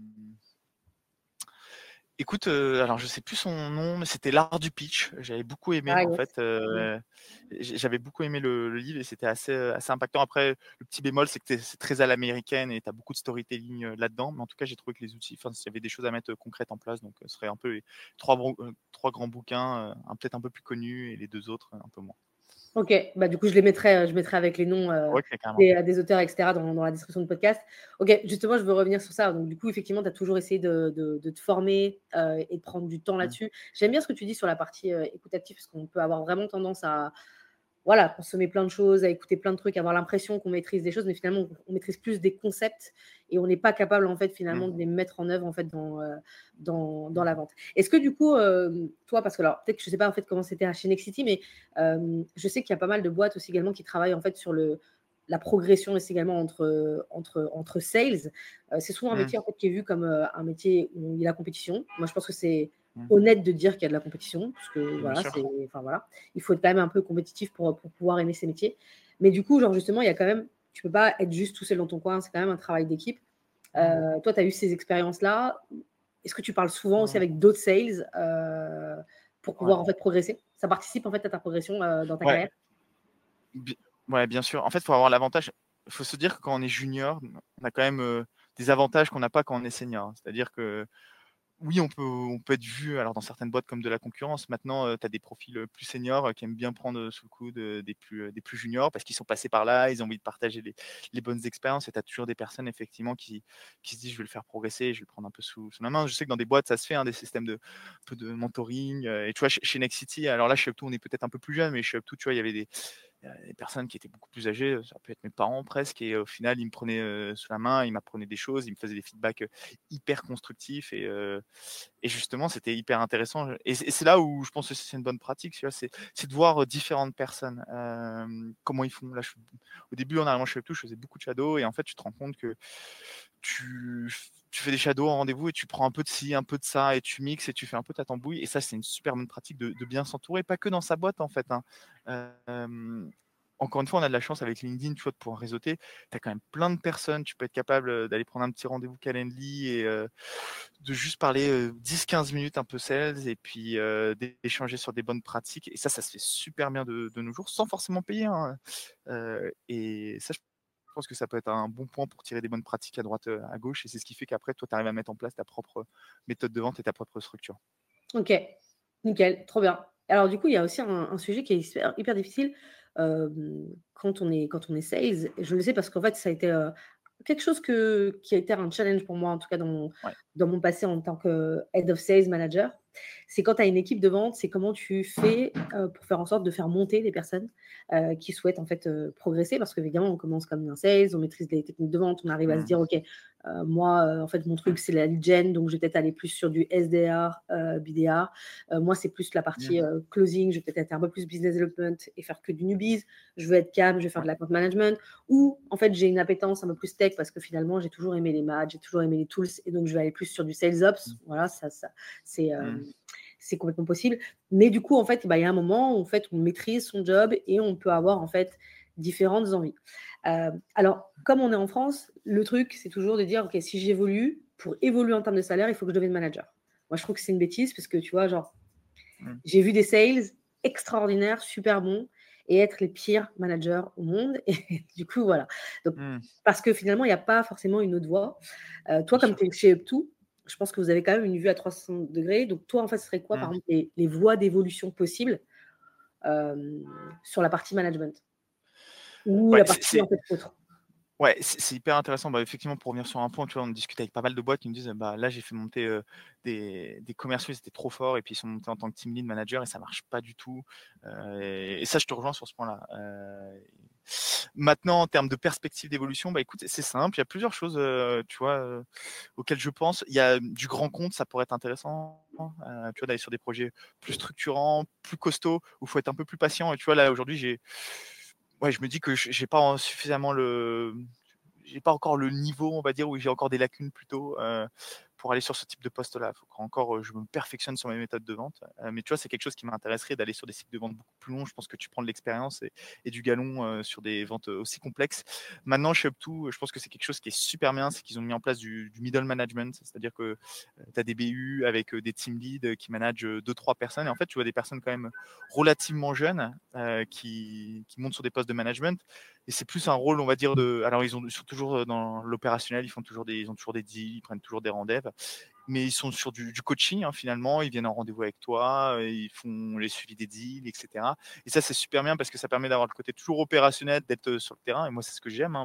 Écoute, euh, alors je sais plus son nom, mais c'était L'art du pitch. J'avais beaucoup aimé, Ah, en yes. fait. Euh, j'avais beaucoup aimé le, le livre et c'était assez, assez impactant. Après, le petit bémol, c'est que c'est très à l'américaine et tu as beaucoup de storytelling euh, là-dedans. Mais en tout cas, j'ai trouvé que les outils, enfin, il y avait des choses à mettre euh, concrètes en place. Donc, euh, ce serait un peu les trois, euh, trois grands bouquins, euh, peut-être un peu plus connus et les deux autres, euh, un peu moins. Ok, bah, du coup, je les mettrai, je mettrai avec les noms euh, Ouais, carrément. des, des auteurs, et cetera, dans, dans la description du podcast. Ok, justement, je veux revenir sur ça. Donc, du coup, effectivement, tu as toujours essayé de, de, de te former euh, et de prendre du temps Mm. là-dessus. J'aime bien ce que tu dis sur la partie euh, écoute active, parce qu'on peut avoir vraiment tendance à, voilà, consommer plein de choses, à écouter plein de trucs, avoir l'impression qu'on maîtrise des choses, mais finalement, on maîtrise plus des concepts et on n'est pas capable, en fait, finalement, Mm. de les mettre en œuvre, en fait, dans, euh, dans, dans la vente. Est-ce que, du coup, euh, toi, parce que, alors, peut-être que je ne sais pas, en fait, comment c'était chez Nexity, mais euh, je sais qu'il y a pas mal de boîtes aussi également qui travaillent, en fait, sur le, la progression aussi également entre, entre, entre sales. Euh, c'est souvent un Mm. métier, en fait, qui est vu comme euh, un métier où il y a la compétition. Moi, je pense que c'est Mm. honnête de dire qu'il y a de la compétition, parce que, Bien voilà, sûr. c'est, enfin, voilà, il faut être quand même un peu compétitif pour, pour pouvoir aimer ces métiers. Mais du coup, genre justement, il y a quand même, tu peux pas être juste tout seul dans ton coin, c'est quand même un travail d'équipe. Euh, toi, tu as eu ces expériences-là. Est-ce que tu parles souvent aussi Mm. avec d'autres sales euh, pour pouvoir Ouais. en fait progresser? Ça participe en fait à ta progression euh, dans ta Ouais. carrière? Bi- Ouais, bien sûr. En fait, il faut avoir l'avantage. Il faut se dire que quand on est junior, on a quand même euh, des avantages qu'on n'a pas quand on est senior. C'est-à-dire que oui, on peut, on peut être vu alors dans certaines boîtes comme de la concurrence. Maintenant, tu as des profils euh, plus seniors euh, qui aiment bien prendre euh, sous le coude euh, des plus, euh, des plus juniors parce qu'ils sont passés par là, ils ont envie de partager les, les bonnes expériences. Et tu as toujours des personnes effectivement qui, qui se disent je vais le faire progresser, je vais le prendre un peu sous, sous la main. Je sais que dans des boîtes, ça se fait, hein, des systèmes de, un peu de mentoring. euh, et tu vois, chez, chez Nexity, alors là, chez Up deux, on est peut-être un peu plus jeune, mais chez Up deux, tu vois, il y avait des, euh, des personnes qui étaient beaucoup plus âgées, ça peut être mes parents presque, et au final, ils me prenaient euh, sous la main, ils m'apprenaient des choses, ils me faisaient des feedbacks euh, hyper constructifs, et, euh, et justement, c'était hyper intéressant. Et c'est et c'est là où je pense que c'est une bonne pratique, tu vois, c'est c'est de voir euh, différentes personnes, euh, comment ils font. Là, je, au début, en arrivant chez Webtoon, je faisais beaucoup de shadows, et en fait, tu te rends compte que tu, tu fais des shadows en rendez-vous et tu prends un peu de ci, un peu de ça, et tu mixes et tu fais un peu ta tambouille. Et ça, c'est une super bonne pratique de, de bien s'entourer, pas que dans sa boîte, en fait, hein. Euh, encore une fois, on a de la chance avec LinkedIn, tu vois, de pouvoir réseauter. Tu as quand même plein de personnes. Tu peux être capable euh, d'aller prendre un petit rendez-vous Calendly et euh, de juste parler euh, dix quinze minutes un peu sales et puis euh, d'échanger sur des bonnes pratiques. Et ça, ça se fait super bien de, de nos jours sans forcément payer, hein. Euh, et ça, je pense que ça peut être un bon point pour tirer des bonnes pratiques à droite, euh, à gauche. Et c'est ce qui fait qu'après, toi, tu arrives à mettre en place ta propre méthode de vente et ta propre structure. Ok, nickel, trop bien. Alors du coup, il y a aussi un, un sujet qui est hyper, hyper difficile euh, quand, on est, quand on est sales. Je le sais parce qu'en fait, ça a été euh, quelque chose que, qui a été un challenge pour moi, en tout cas dans mon, Ouais. dans mon passé en tant que Head of Sales Manager. C'est quand tu as une équipe de vente, c'est comment tu fais euh, pour faire en sorte de faire monter les personnes euh, qui souhaitent en fait euh, progresser. Parce qu'évidemment, on commence comme un sales, on maîtrise les techniques de vente, on arrive à se Mmh. dire, OK, euh, moi, euh, en fait, mon truc, c'est la lead gen, donc je vais peut-être aller plus sur du S D R, euh, B D R. Euh, moi, c'est plus la partie Mmh. euh, closing, je vais peut-être être un peu plus business development et faire que du newbies. Je veux être calme, je vais faire Ouais. de l'account management. Ou, en fait, j'ai une appétence un peu plus tech parce que finalement, j'ai toujours aimé les maths, j'ai toujours aimé les tools et donc je vais aller plus sur du sales ops. Mmh. Voilà, ça, ça c'est. Euh, Mmh. c'est complètement possible. Mais du coup, en fait, bah, il y a un moment où en fait, on maîtrise son job et on peut avoir en fait différentes envies. Euh, alors, comme on est en France, le truc, c'est toujours de dire, OK, si j'évolue, pour évoluer en termes de salaire, il faut que je devienne manager. Moi, je trouve que c'est une bêtise parce que, tu vois, genre, Mmh. j'ai vu des sales extraordinaires, super bons, et être les pires managers au monde. Et du coup, voilà. Donc, Mmh. parce que finalement, il n'y a pas forcément une autre voie. Euh, toi, Bien comme sûr. tu es chez Up deux, je pense que vous avez quand même une vue à trois cents degrés. Donc, toi, en fait, ce serait quoi, par Mmh. exemple, les, les voies d'évolution possibles euh, sur la partie management ou Ouais, la c'est partie, en c'est fait, autre? ouais, c'est c'est hyper intéressant. Bah, effectivement, pour revenir sur un point, tu vois, on discute avec pas mal de boîtes qui me disent: «Bah, là, j'ai fait monter, heu, des des commerciaux, ils étaient trop forts et puis ils sont montés en tant que team lead manager et ça marche pas du tout». Heu, et et ça, je te rejoins sur ce point-là. Heu, maintenant, en termes de perspective d'évolution, bah, écoute, c'est simple. Il y a plusieurs choses, heu, tu vois, heu, auxquelles je pense. Il y a du grand compte, ça pourrait être intéressant, heu, tu vois, d'aller sur des projets plus structurants, plus costauds, où il faut être un peu plus patient et tu vois, là, aujourd'hui, j'ai ouais, je me dis que j j'ai pas en suffisamment le j'ai pas encore le niveau, on va dire, où j'ai encore des lacunes plutôt, heu, pour aller sur ce type de poste-là. Il faut qu'encore, heu, je me perfectionne sur mes méthodes de vente, heu, mais tu vois, c'est quelque chose qui m'intéresserait d'aller sur des cycles de vente beaucoup plus longs. Je pense que tu prends de l'expérience et et du galon, heu, sur des ventes, heu, aussi complexes. Maintenant, chez Up2, je pense que c'est quelque chose qui est super bien, c'est qu'ils ont mis en place du du middle management. C'est-à-dire que, heu, tu as des B U avec, heu, des team leads, heu, qui managent, heu, deux trois personnes et en fait, tu vois des personnes quand même relativement jeunes, heu, qui qui montent sur des postes de management et c'est plus un rôle, on va dire, de alors ils ont ils sont toujours, heu, dans l'opérationnel, ils font toujours des ils ont toujours des deals, ils prennent toujours des rendez-vous, mais ils sont sur du du coaching, hein, finalement. Ils viennent en rendez-vous avec toi, heu, ils font les suivis des deals et cetera et ça, c'est super bien parce que ça permet d'avoir le côté toujours opérationnel, d'être, heu, sur le terrain et moi, c'est ce que j'aime, hein,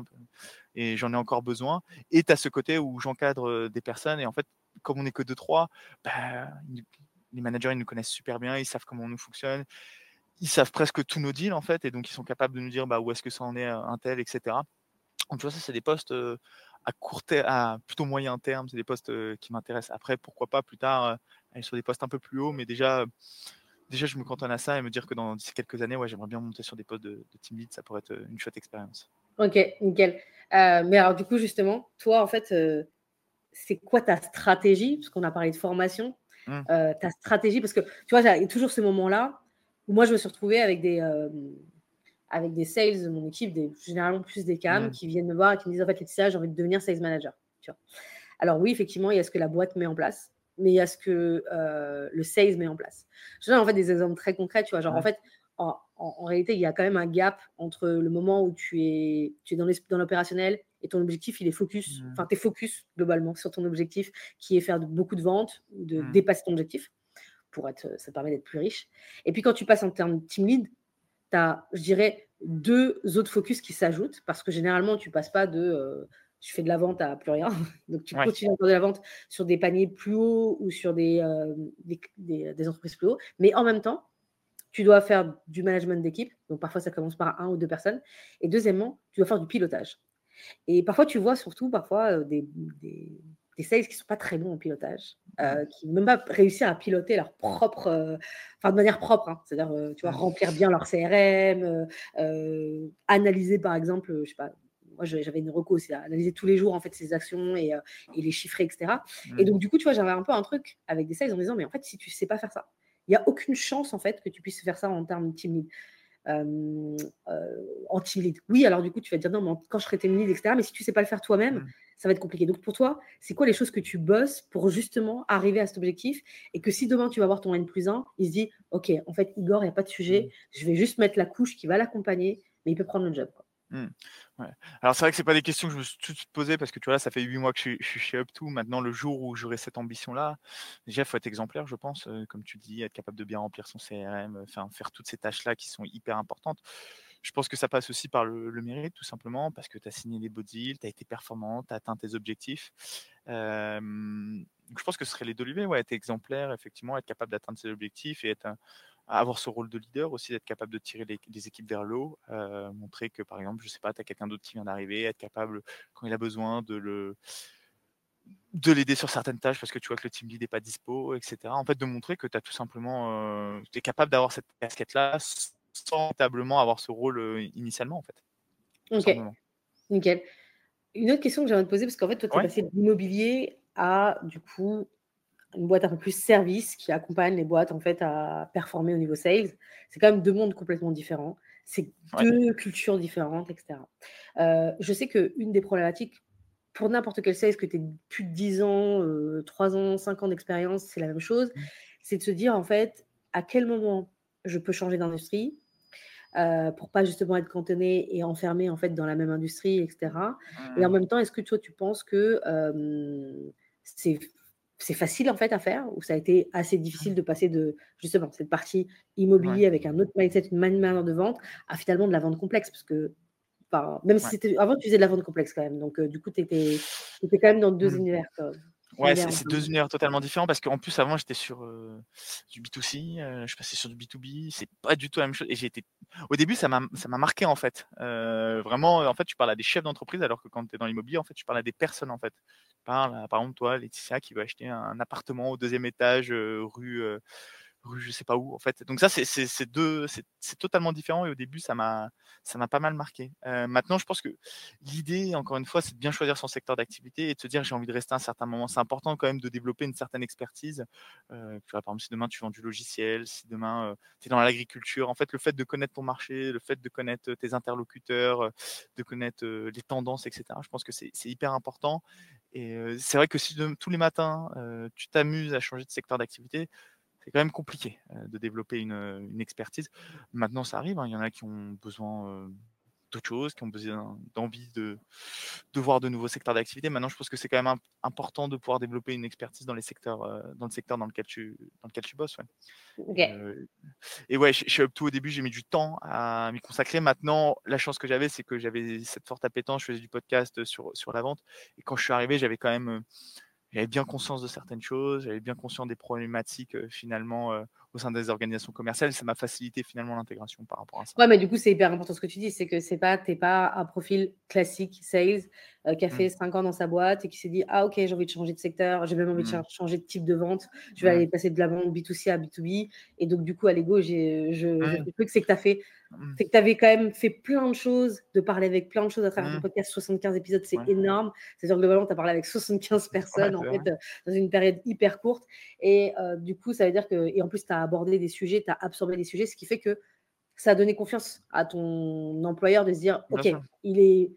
et j'en ai encore besoin et tu as ce côté où j'encadre, heu, des personnes et en fait, comme on n'est que deux trois, bah, ils les managers, ils nous connaissent super bien, ils savent comment nous fonctionne, ils savent presque tous nos deals, en fait et donc ils sont capables de nous dire, bah, où est-ce que ça en est, heu, un tel et cetera. Donc tu vois, ça, c'est des postes, heu, à court ter à plutôt moyen terme, c'est des postes, heu, qui m'intéressent. Après, pourquoi pas plus tard, heu, aller sur des postes un peu plus hauts, mais déjà, heu, déjà je me cantonne à ça et me dire que dans d'ici quelques années, ouais, j'aimerais bien monter sur des postes de de team lead, ça pourrait être, heu, une chouette expérience. Ok, nickel. Euh, mais alors, du coup, justement, toi, en fait, euh, c'est quoi ta stratégie? Parce qu'on a parlé de formation. Mmh. Euh, ta stratégie, parce que tu vois, il y a toujours ce moment-là où moi, je me suis retrouvée avec des, euh, avec des sales de mon équipe, des, généralement plus des C A M, Mmh. qui viennent me voir et qui me disent, en fait, Laetitia, j'ai envie de devenir sales manager. Tu vois. Alors oui, effectivement, il y a ce que la boîte met en place, mais il y a ce que euh, le sales met en place. Je donne en fait des exemples très concrets, tu vois, genre en Mmh. fait, en, en, en réalité, il y a quand même un gap entre le moment où tu es, tu es dans, dans l'opérationnel et ton objectif, il est focus, enfin, Mmh. tu es focus globalement sur ton objectif qui est faire de, beaucoup de ventes ou de Mmh. dépasser ton objectif pour être, ça te permet d'être plus riche. Et puis quand tu passes en termes de team lead, tu as, je dirais, deux autres focus qui s'ajoutent parce que généralement, tu ne passes pas de euh, je fais de la vente à plus rien. Donc, tu Ouais. continues à faire de la vente sur des paniers plus hauts ou sur des, euh, des, des, des entreprises plus hauts. Mais en même temps, tu dois faire du management d'équipe. Donc, parfois, ça commence par un ou deux personnes. Et deuxièmement, tu dois faire du pilotage. Et parfois, tu vois surtout parfois euh, des, des, des sales qui ne sont pas très bons en pilotage, Mmh. euh, qui ne même pas réussir à piloter leur propre, euh, enfin de manière propre, hein, c'est-à-dire, euh, tu vois, Mmh. remplir bien leur C R M, euh, euh, analyser par exemple, euh, je sais pas, moi j'avais une reco aussi, analyser tous les jours en fait ses actions et, euh, et les chiffrer, et cetera. Et Mmh. donc du coup, tu vois, j'avais un peu un truc avec des sales en me disant, mais en fait, si tu ne sais pas faire ça, il n'y a aucune chance en fait que tu puisses faire ça en termes de team lead. euh, euh, en team lead. Oui, alors du coup, tu vas te dire non, mais quand je serai team lead, et cetera. Mais si tu ne sais pas le faire toi-même, Mmh. ça va être compliqué. Donc pour toi, c'est quoi les choses que tu bosses pour justement arriver à cet objectif et que si demain tu vas voir ton N plus un, il se dit ok, en fait, Igor, il n'y a pas de Mmh. sujet, je vais juste mettre la couche qui va l'accompagner, mais il peut prendre le job, quoi. Mmh. Ouais. Alors c'est vrai que c'est pas des questions que je me suis tout de suite posées parce que tu vois là, ça fait huit mois que je suis je suis chez UpTo. Maintenant, le jour où j'aurai cette ambition-là, déjà, il faut être exemplaire, je pense, heu, comme tu le dis, être capable de bien remplir son C R M, heu, enfin faire toutes ces tâches-là qui sont hyper importantes. Je pense que ça passe aussi par le le mérite tout simplement parce que tu as signé des beaux deals, tu as été performant, tu as atteint tes objectifs. Hem, donc je pense que ce serait les deux leviers, ouais, être exemplaire, effectivement, être capable d'atteindre ses objectifs et être un avoir ce rôle de leader aussi, d'être capable de tirer les les équipes vers le haut, heu, montrer que, par exemple, je sais pas, tu as quelqu'un d'autre qui vient d'arriver, être capable, quand il a besoin, de le de l'aider sur certaines tâches parce que tu vois que le team lead est pas dispo et cetera. En fait, de montrer que tu as tout simplement, heu, tu es capable d'avoir cette casquette-là s sans véritablement avoir ce rôle, heu, initialement, en fait, tout Ok, simplement. nickel. Une autre question que j'aimerais te poser, parce qu'en fait, toi, tu es Ouais, passé de l'immobilier à, du coup, une boîte un peu plus service qui accompagne les boîtes en fait à performer au niveau sales. C'est quand même deux mondes complètement différents. C'est ouais. deux cultures différentes, et cetera. Euh, je sais qu'une des problématiques pour n'importe quel sales, que tu aies plus de dix ans, euh, trois ans, cinq ans d'expérience, c'est la même chose. Mmh. C'est de se dire en fait à quel moment je peux changer d'industrie euh, pour pas justement être cantonné et enfermé en fait dans la même industrie, et cetera. Et en Mmh. même temps, est-ce que toi tu penses que euh, c'est c'est facile en fait à faire ou ça a été assez difficile Mmh. de passer de justement cette partie Ouais, immobilier avec un autre mindset, une manière de vente à finalement de la vente complexe parce que enfin, même si ouais. c'était avant tu faisais de la vente complexe quand même donc euh, du coup tu étais, étais quand même dans deux Mmh. univers quoi. Ouais, Univers c'est en c'est termes deux de- univers totalement différents parce qu'en plus avant j'étais sur, heu, du B deux C, heu, je passais sur du B deux B, c'est pas du tout la même chose et j'ai été au début ça m'a ça m'a marqué en fait, heu, vraiment, en fait tu parles à des chefs d'entreprise alors que quand tu es dans l'immobilier en fait tu parles à des personnes en fait. Tu parles à par exemple toi Laetitia qui veut acheter un appartement au deuxième étage, heu, rue, heu rue je sais pas où en fait. Donc ça c'est c'est c'est deux c'est c'est totalement différent et au début ça m'a ça m'a pas mal marqué. Heu, maintenant je pense que l'idée encore une fois, c'est de bien choisir son secteur d'activité et de se dire: «J'ai envie de rester à un certain moment». C'est important quand même de développer une certaine expertise. Heu, tu vois, par exemple, si demain tu vends du logiciel, si demain, heu, tu es dans l'agriculture, en fait, le fait de connaître ton marché, le fait de connaître, tes interlocuteurs, heu, de connaître, heu, les tendances et cetera, je pense que c'est c'est hyper important et heu, c'est vrai que si de tous les matins, heu, tu t'amuses à changer de secteur d'activité, c'est quand même compliqué, heu, de développer une, heu, une expertise. Maintenant ça arrive, hein, il y en a qui ont besoin, heu, d'autres choses, qui ont besoin d'envie de de voir de nouveaux secteurs d'activité. Maintenant, je pense que c'est quand même imp important de pouvoir développer une expertise dans les secteurs, heu, dans le secteur dans lequel tu dans lequel tu bosses, ouais Ok. et heu et ouais, chez chez Upto, au début, j'ai mis du temps à m'y consacrer. Maintenant, la chance que j'avais, c'est que j'avais cette forte appétence. Je faisais du podcast, sur sur la vente et quand je suis arrivé, j'avais quand même, j'avais bien conscience de certaines choses, j'avais bien conscience des problématiques, heu, finalement, heu, au sein des organisations commerciales. Ça m'a facilité finalement l'intégration par rapport à ça. Ouais, mais du coup, c'est hyper important ce que tu dis, c'est que c'est pas, t'es pas un profil classique sales euh, qui a Mmh. fait cinq ans dans sa boîte et qui s'est dit ah ok j'ai envie de changer de secteur, j'ai même envie de Mmh. cha- changer de type de vente, je vais Mmh. aller passer de la vente B deux C à B deux B et donc du coup à l'ego j'ai je, je fais Mmh. le truc c'est que t'as fait Mmh. c'est que tu avais quand même fait plein de choses, de parler avec plein de choses à travers ton Mmh. podcast, soixante-quinze épisodes, c'est Ouais. énorme. C'est-à-dire que globalement, tu as parlé avec soixante-quinze Ouais, personnes, en c'est fait, vrai. euh, dans une période hyper courte. Et euh, du coup, ça veut dire que, et en plus, tu as abordé des sujets, tu as absorbé des sujets, ce qui fait que ça a donné confiance à ton employeur de se dire, Bien OK, sûr. il est,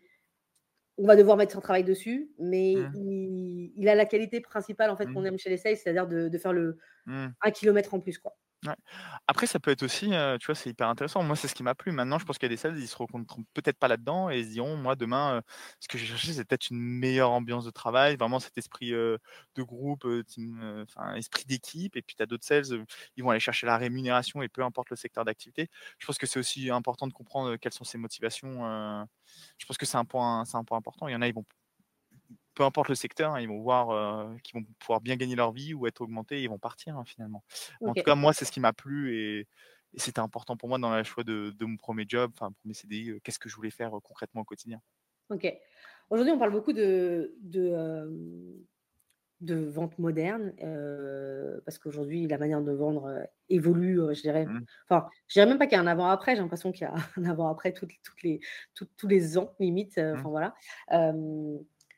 on va devoir mettre son travail dessus, mais Mmh. il, il a la qualité principale en fait qu'on Mmh. aime chez les sales, c'est-à-dire de, de faire le Mmh. un kilomètre en plus, quoi. Ouais. Après, ça peut être aussi, heu, tu vois, c'est hyper intéressant. Moi, c'est ce qui m'a plu. Maintenant, je pense qu'il y a des sales, ils se reconnaîtront peut-être pas là-dedans et ils se diront: «Moi, demain, heu, ce que j'ai cherché, c'est peut-être une meilleure ambiance de travail, vraiment cet esprit, heu, de groupe, heu, team, heu, enfin, esprit d'équipe» et puis tu as d'autres sales, heu, ils vont aller chercher la rémunération et peu importe le secteur d'activité. Je pense que c'est aussi important de comprendre, heu, quelles sont ses motivations, heu, je pense que c'est un point c'est un point important. Il y en a, ils vont peu importe le secteur, hein, ils vont voir, heu, qu'ils vont pouvoir bien gagner leur vie ou être augmentés et ils vont partir, hein, finalement. Mais en tout OK. cas, moi, c'est ce qui m'a plu et et c'était important pour moi dans le choix de de mon premier job, enfin, premier C D I, heu, qu'est-ce que je voulais faire, heu, concrètement au quotidien? OK. Aujourd'hui, on parle beaucoup de, de, hem, de vente moderne, heu, parce qu'aujourd'hui, la manière de vendre, heu, évolue, heu, je dirais Mmh. enfin, je dirais même pas qu'il y a un avant-après, j'ai l'impression qu'il y a un avant-après toutes toutes les tous tous les ans limite, heu, Mmh. enfin voilà. Hem,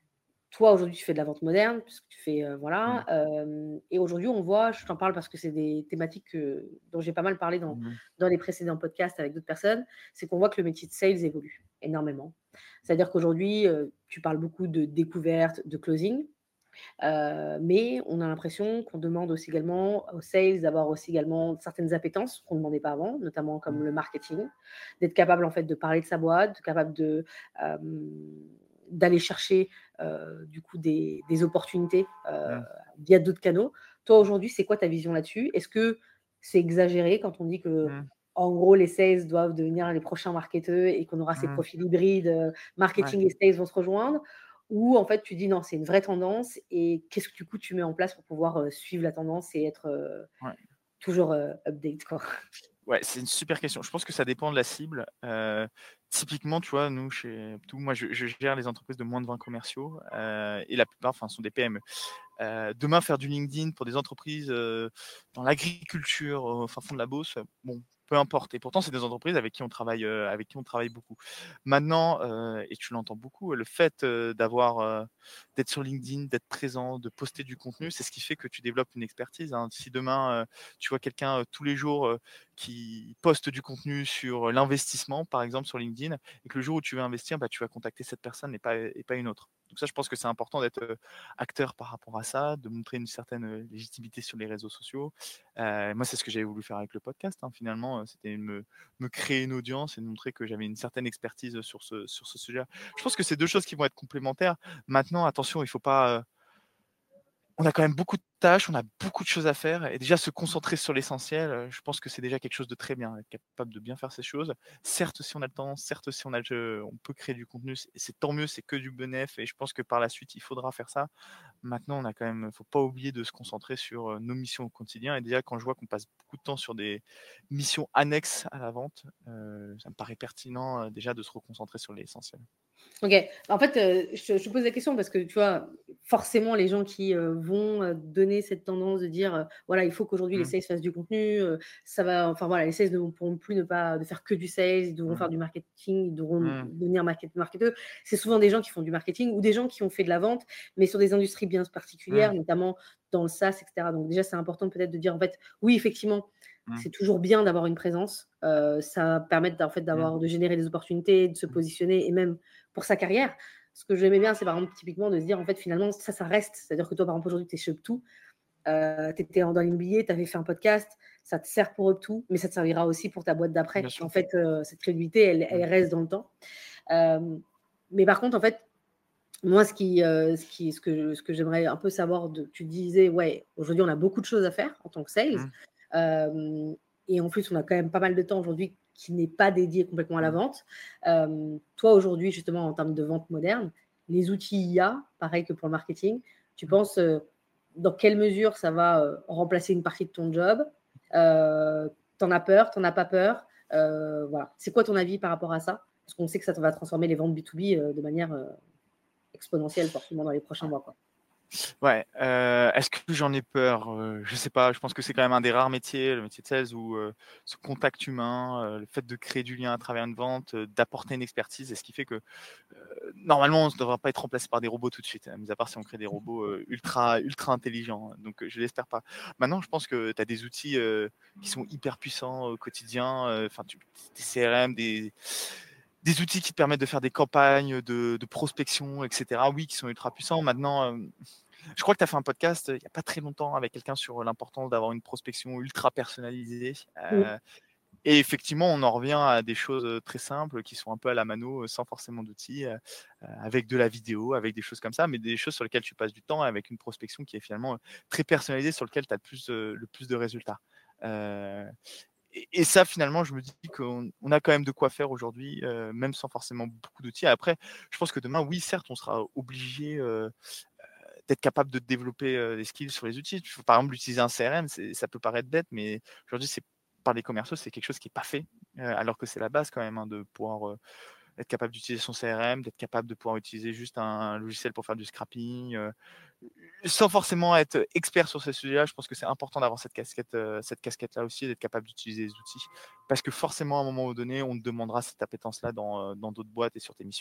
toi, aujourd'hui, tu fais de la vente moderne, puisque tu fais, heu, Mmh. voilà, hem et aujourd'hui, on voit je t'en parle parce que c'est des thématiques que dont j'ai pas mal parlé dans Mmh. dans les précédents podcasts avec d'autres personnes. C'est qu'on voit que le métier de sales évolue énormément. C'est-à-dire qu'aujourd'hui, heu, tu parles beaucoup de découverte, de closing, heu, mais on a l'impression qu'on demande aussi également aux sales d'avoir aussi également certaines appétences qu'on ne demandait pas avant, notamment Mmh. comme le marketing, d'être capable, en fait, de parler de sa boîte, capable de, hem, d'aller chercher, heu, du coup des des opportunités, heu, Mmh. via d'autres canaux. Toi, aujourd'hui, c'est quoi ta vision là-dessus? Est-ce que c'est exagéré quand on dit que, Mmh. en gros, les sales doivent devenir les prochains marketeurs et qu'on aura ces Mmh. profils hybrides, heu, Ouais. marketing et sales vont se rejoindre? Ou en fait, tu dis: «Non, c'est une vraie tendance» et qu'est-ce que du coup tu mets en place pour pouvoir, heu, suivre la tendance et être, heu, Ouais. toujours, heu, update quoi? Ouais, c'est une super question. Je pense que ça dépend de la cible. Heu, typiquement, tu vois, nous, chez Aptou, moi, je je gère les entreprises de moins de vingt commerciaux, heu et la plupart, enfin, sont des P M E. Heu, demain, faire du LinkedIn pour des entreprises, heu, dans l'agriculture, au fin fond de la Beauce, heu, bon, peu importe et pourtant, c'est des entreprises avec qui on travaille, heu, avec qui on travaille beaucoup. Maintenant, heu et tu l'entends beaucoup, le fait, heu, d'avoir, heu, d'être sur LinkedIn, d'être présent, de poster du contenu, c'est ce qui fait que tu développes une expertise, hein. Si demain, heu, tu vois quelqu'un, heu, tous les jours, heu, qui poste du contenu sur l'investissement, par exemple, sur LinkedIn et que le jour où tu veux investir, bah, tu vas contacter cette personne et pas et pas une autre. Donc ça, je pense que c'est important d'être, heu, acteur par rapport à ça, de montrer une certaine, heu, légitimité sur les réseaux sociaux. Heu, moi, c'est ce que j'avais voulu faire avec le podcast, hein, finalement, heu, c'était me me créer une audience et de montrer que j'avais une certaine expertise, sur ce sur ce sujet-là. Je pense que c'est deux choses qui vont être complémentaires. Maintenant, attention, il faut pas, heu on a quand même beaucoup de tâches, on a beaucoup de choses à faire et déjà se concentrer sur l'essentiel, heu, je pense que c'est déjà quelque chose de très bien, être capable de bien faire ces choses. Certes, si on a le temps, certes, si on a le on peut créer du contenu, c'est c'est tant mieux, c'est que du bénéf et je pense que par la suite, il faudra faire ça. Maintenant, on a quand même faut pas oublier de se concentrer sur, heu, nos missions au quotidien et déjà quand je vois qu'on passe beaucoup de temps sur des missions annexes à la vente, heu, ça me paraît pertinent, heu, déjà de se reconcentrer sur l'essentiel. OK. En fait, heu, je te je te pose la question parce que, tu vois, forcément, les gens qui, heu, vont, heu, donner cette tendance de dire, heu, voilà, il faut qu'aujourd'hui les Mmh. sales fassent du contenu, heu, ça va enfin voilà, les sales ne pourront plus ne pas de faire que du sales, ils devront Mmh. faire du marketing, ils devront Mmh. devenir market marketeurs. C'est souvent des gens qui font du marketing ou des gens qui ont fait de la vente, mais sur des industries bien Mmh. particulières, notamment dans le SaaS et cetera. Donc déjà, c'est important peut-être de dire, en fait, oui, effectivement, Mmh. c'est toujours bien d'avoir une présence, heu, ça va permettre en fait Mmh. d'avoir de générer des opportunités, de se Mmh. positionner et même pour sa carrière. Ce que j'aimais bien, c'est par exemple typiquement de se dire en fait finalement ça, ça reste. C'est-à-dire que toi par exemple aujourd'hui tu es chez Upto, euh, tu étais dans l'immobilier, tu avais fait un podcast, ça te sert pour Upto, mais ça te servira aussi pour ta boîte Bien d'après. sûr. En fait, euh, cette crédibilité, elle, elle Mmh. reste dans le temps. Euh, mais par contre, en fait, moi, ce, qui, euh, ce, qui, ce que, ce que j'aimerais un peu savoir, de, tu disais, ouais, aujourd'hui on a beaucoup de choses à faire en tant que sales. Mmh. Euh, et en plus, on a quand même pas mal de temps aujourd'hui qui n'est pas dédié complètement à la Mmh. vente. Euh, toi, aujourd'hui, justement, en termes de vente moderne, les outils I A, pareil que pour le marketing, tu Mmh. penses euh, dans quelle mesure ça va euh, remplacer une partie de ton job? euh, T'en as peur, t'en as pas peur? Euh, voilà. C'est quoi ton avis par rapport à ça? Parce qu'on sait que ça va transformer les ventes B deux B euh, de manière euh, exponentielle forcément dans les prochains Ouais. mois, quoi. Ouais, heu, est-ce que j'en ai peur? Heu, je sais pas, je pense que c'est quand même un des rares métiers, le métier de sales où, heu, ce contact humain, heu, le fait de créer du lien à travers une vente, heu, d'apporter une expertise et ce qui fait que, heu, normalement, on ne devra pas être remplacé par des robots tout de suite, hein, mis à part si on crée des robots, heu, ultra ultra intelligents, hein, donc heu, je l'espère pas. Maintenant, je pense que tu as des outils, heu, qui sont hyper puissants au quotidien, heu, enfin tu des C R M, des des outils qui te permettent de faire des campagnes de de prospection et cetera, oui, qui sont ultra puissants. Maintenant, hem je crois que tu as fait un podcast, heu, il y a pas très longtemps avec quelqu'un sur l'importance d'avoir une prospection ultra personnalisée, Mmh. heu et effectivement, on en revient à des choses, heu, très simples qui sont un peu à la mano, heu, sans forcément d'outils, heu heu, avec de la vidéo, avec des choses comme ça, mais des choses sur lesquelles tu passes du temps avec une prospection qui est finalement, heu, très personnalisée, sur lequel tu as le plus, heu, le plus de résultats. Heu et et ça finalement, je me dis qu'on on a quand même de quoi faire aujourd'hui, heu, même sans forcément beaucoup d'outils. Après, je pense que demain, oui, certes, on sera obligé, heu d'être capable de développer, heu, des skills sur les outils. Tu par exemple, utiliser un C R M, c'est ça peut paraître bête, mais aujourd'hui, c'est par les commerciaux, c'est quelque chose qui est pas fait, heu, alors que c'est la base quand même, hein, de pouvoir, heu, être capable d'utiliser son C R M, d'être capable de pouvoir utiliser juste un logiciel pour faire du scrapping, heu, sans forcément être expert sur ces sujets-là. Je pense que c'est important d'avoir cette casquette, heu, cette casquette-là aussi et d'être capable d'utiliser les outils. Parce que forcément, à un moment donné, on te demandera cette appétence-là dans, heu, dans d'autres boîtes et sur tes missions.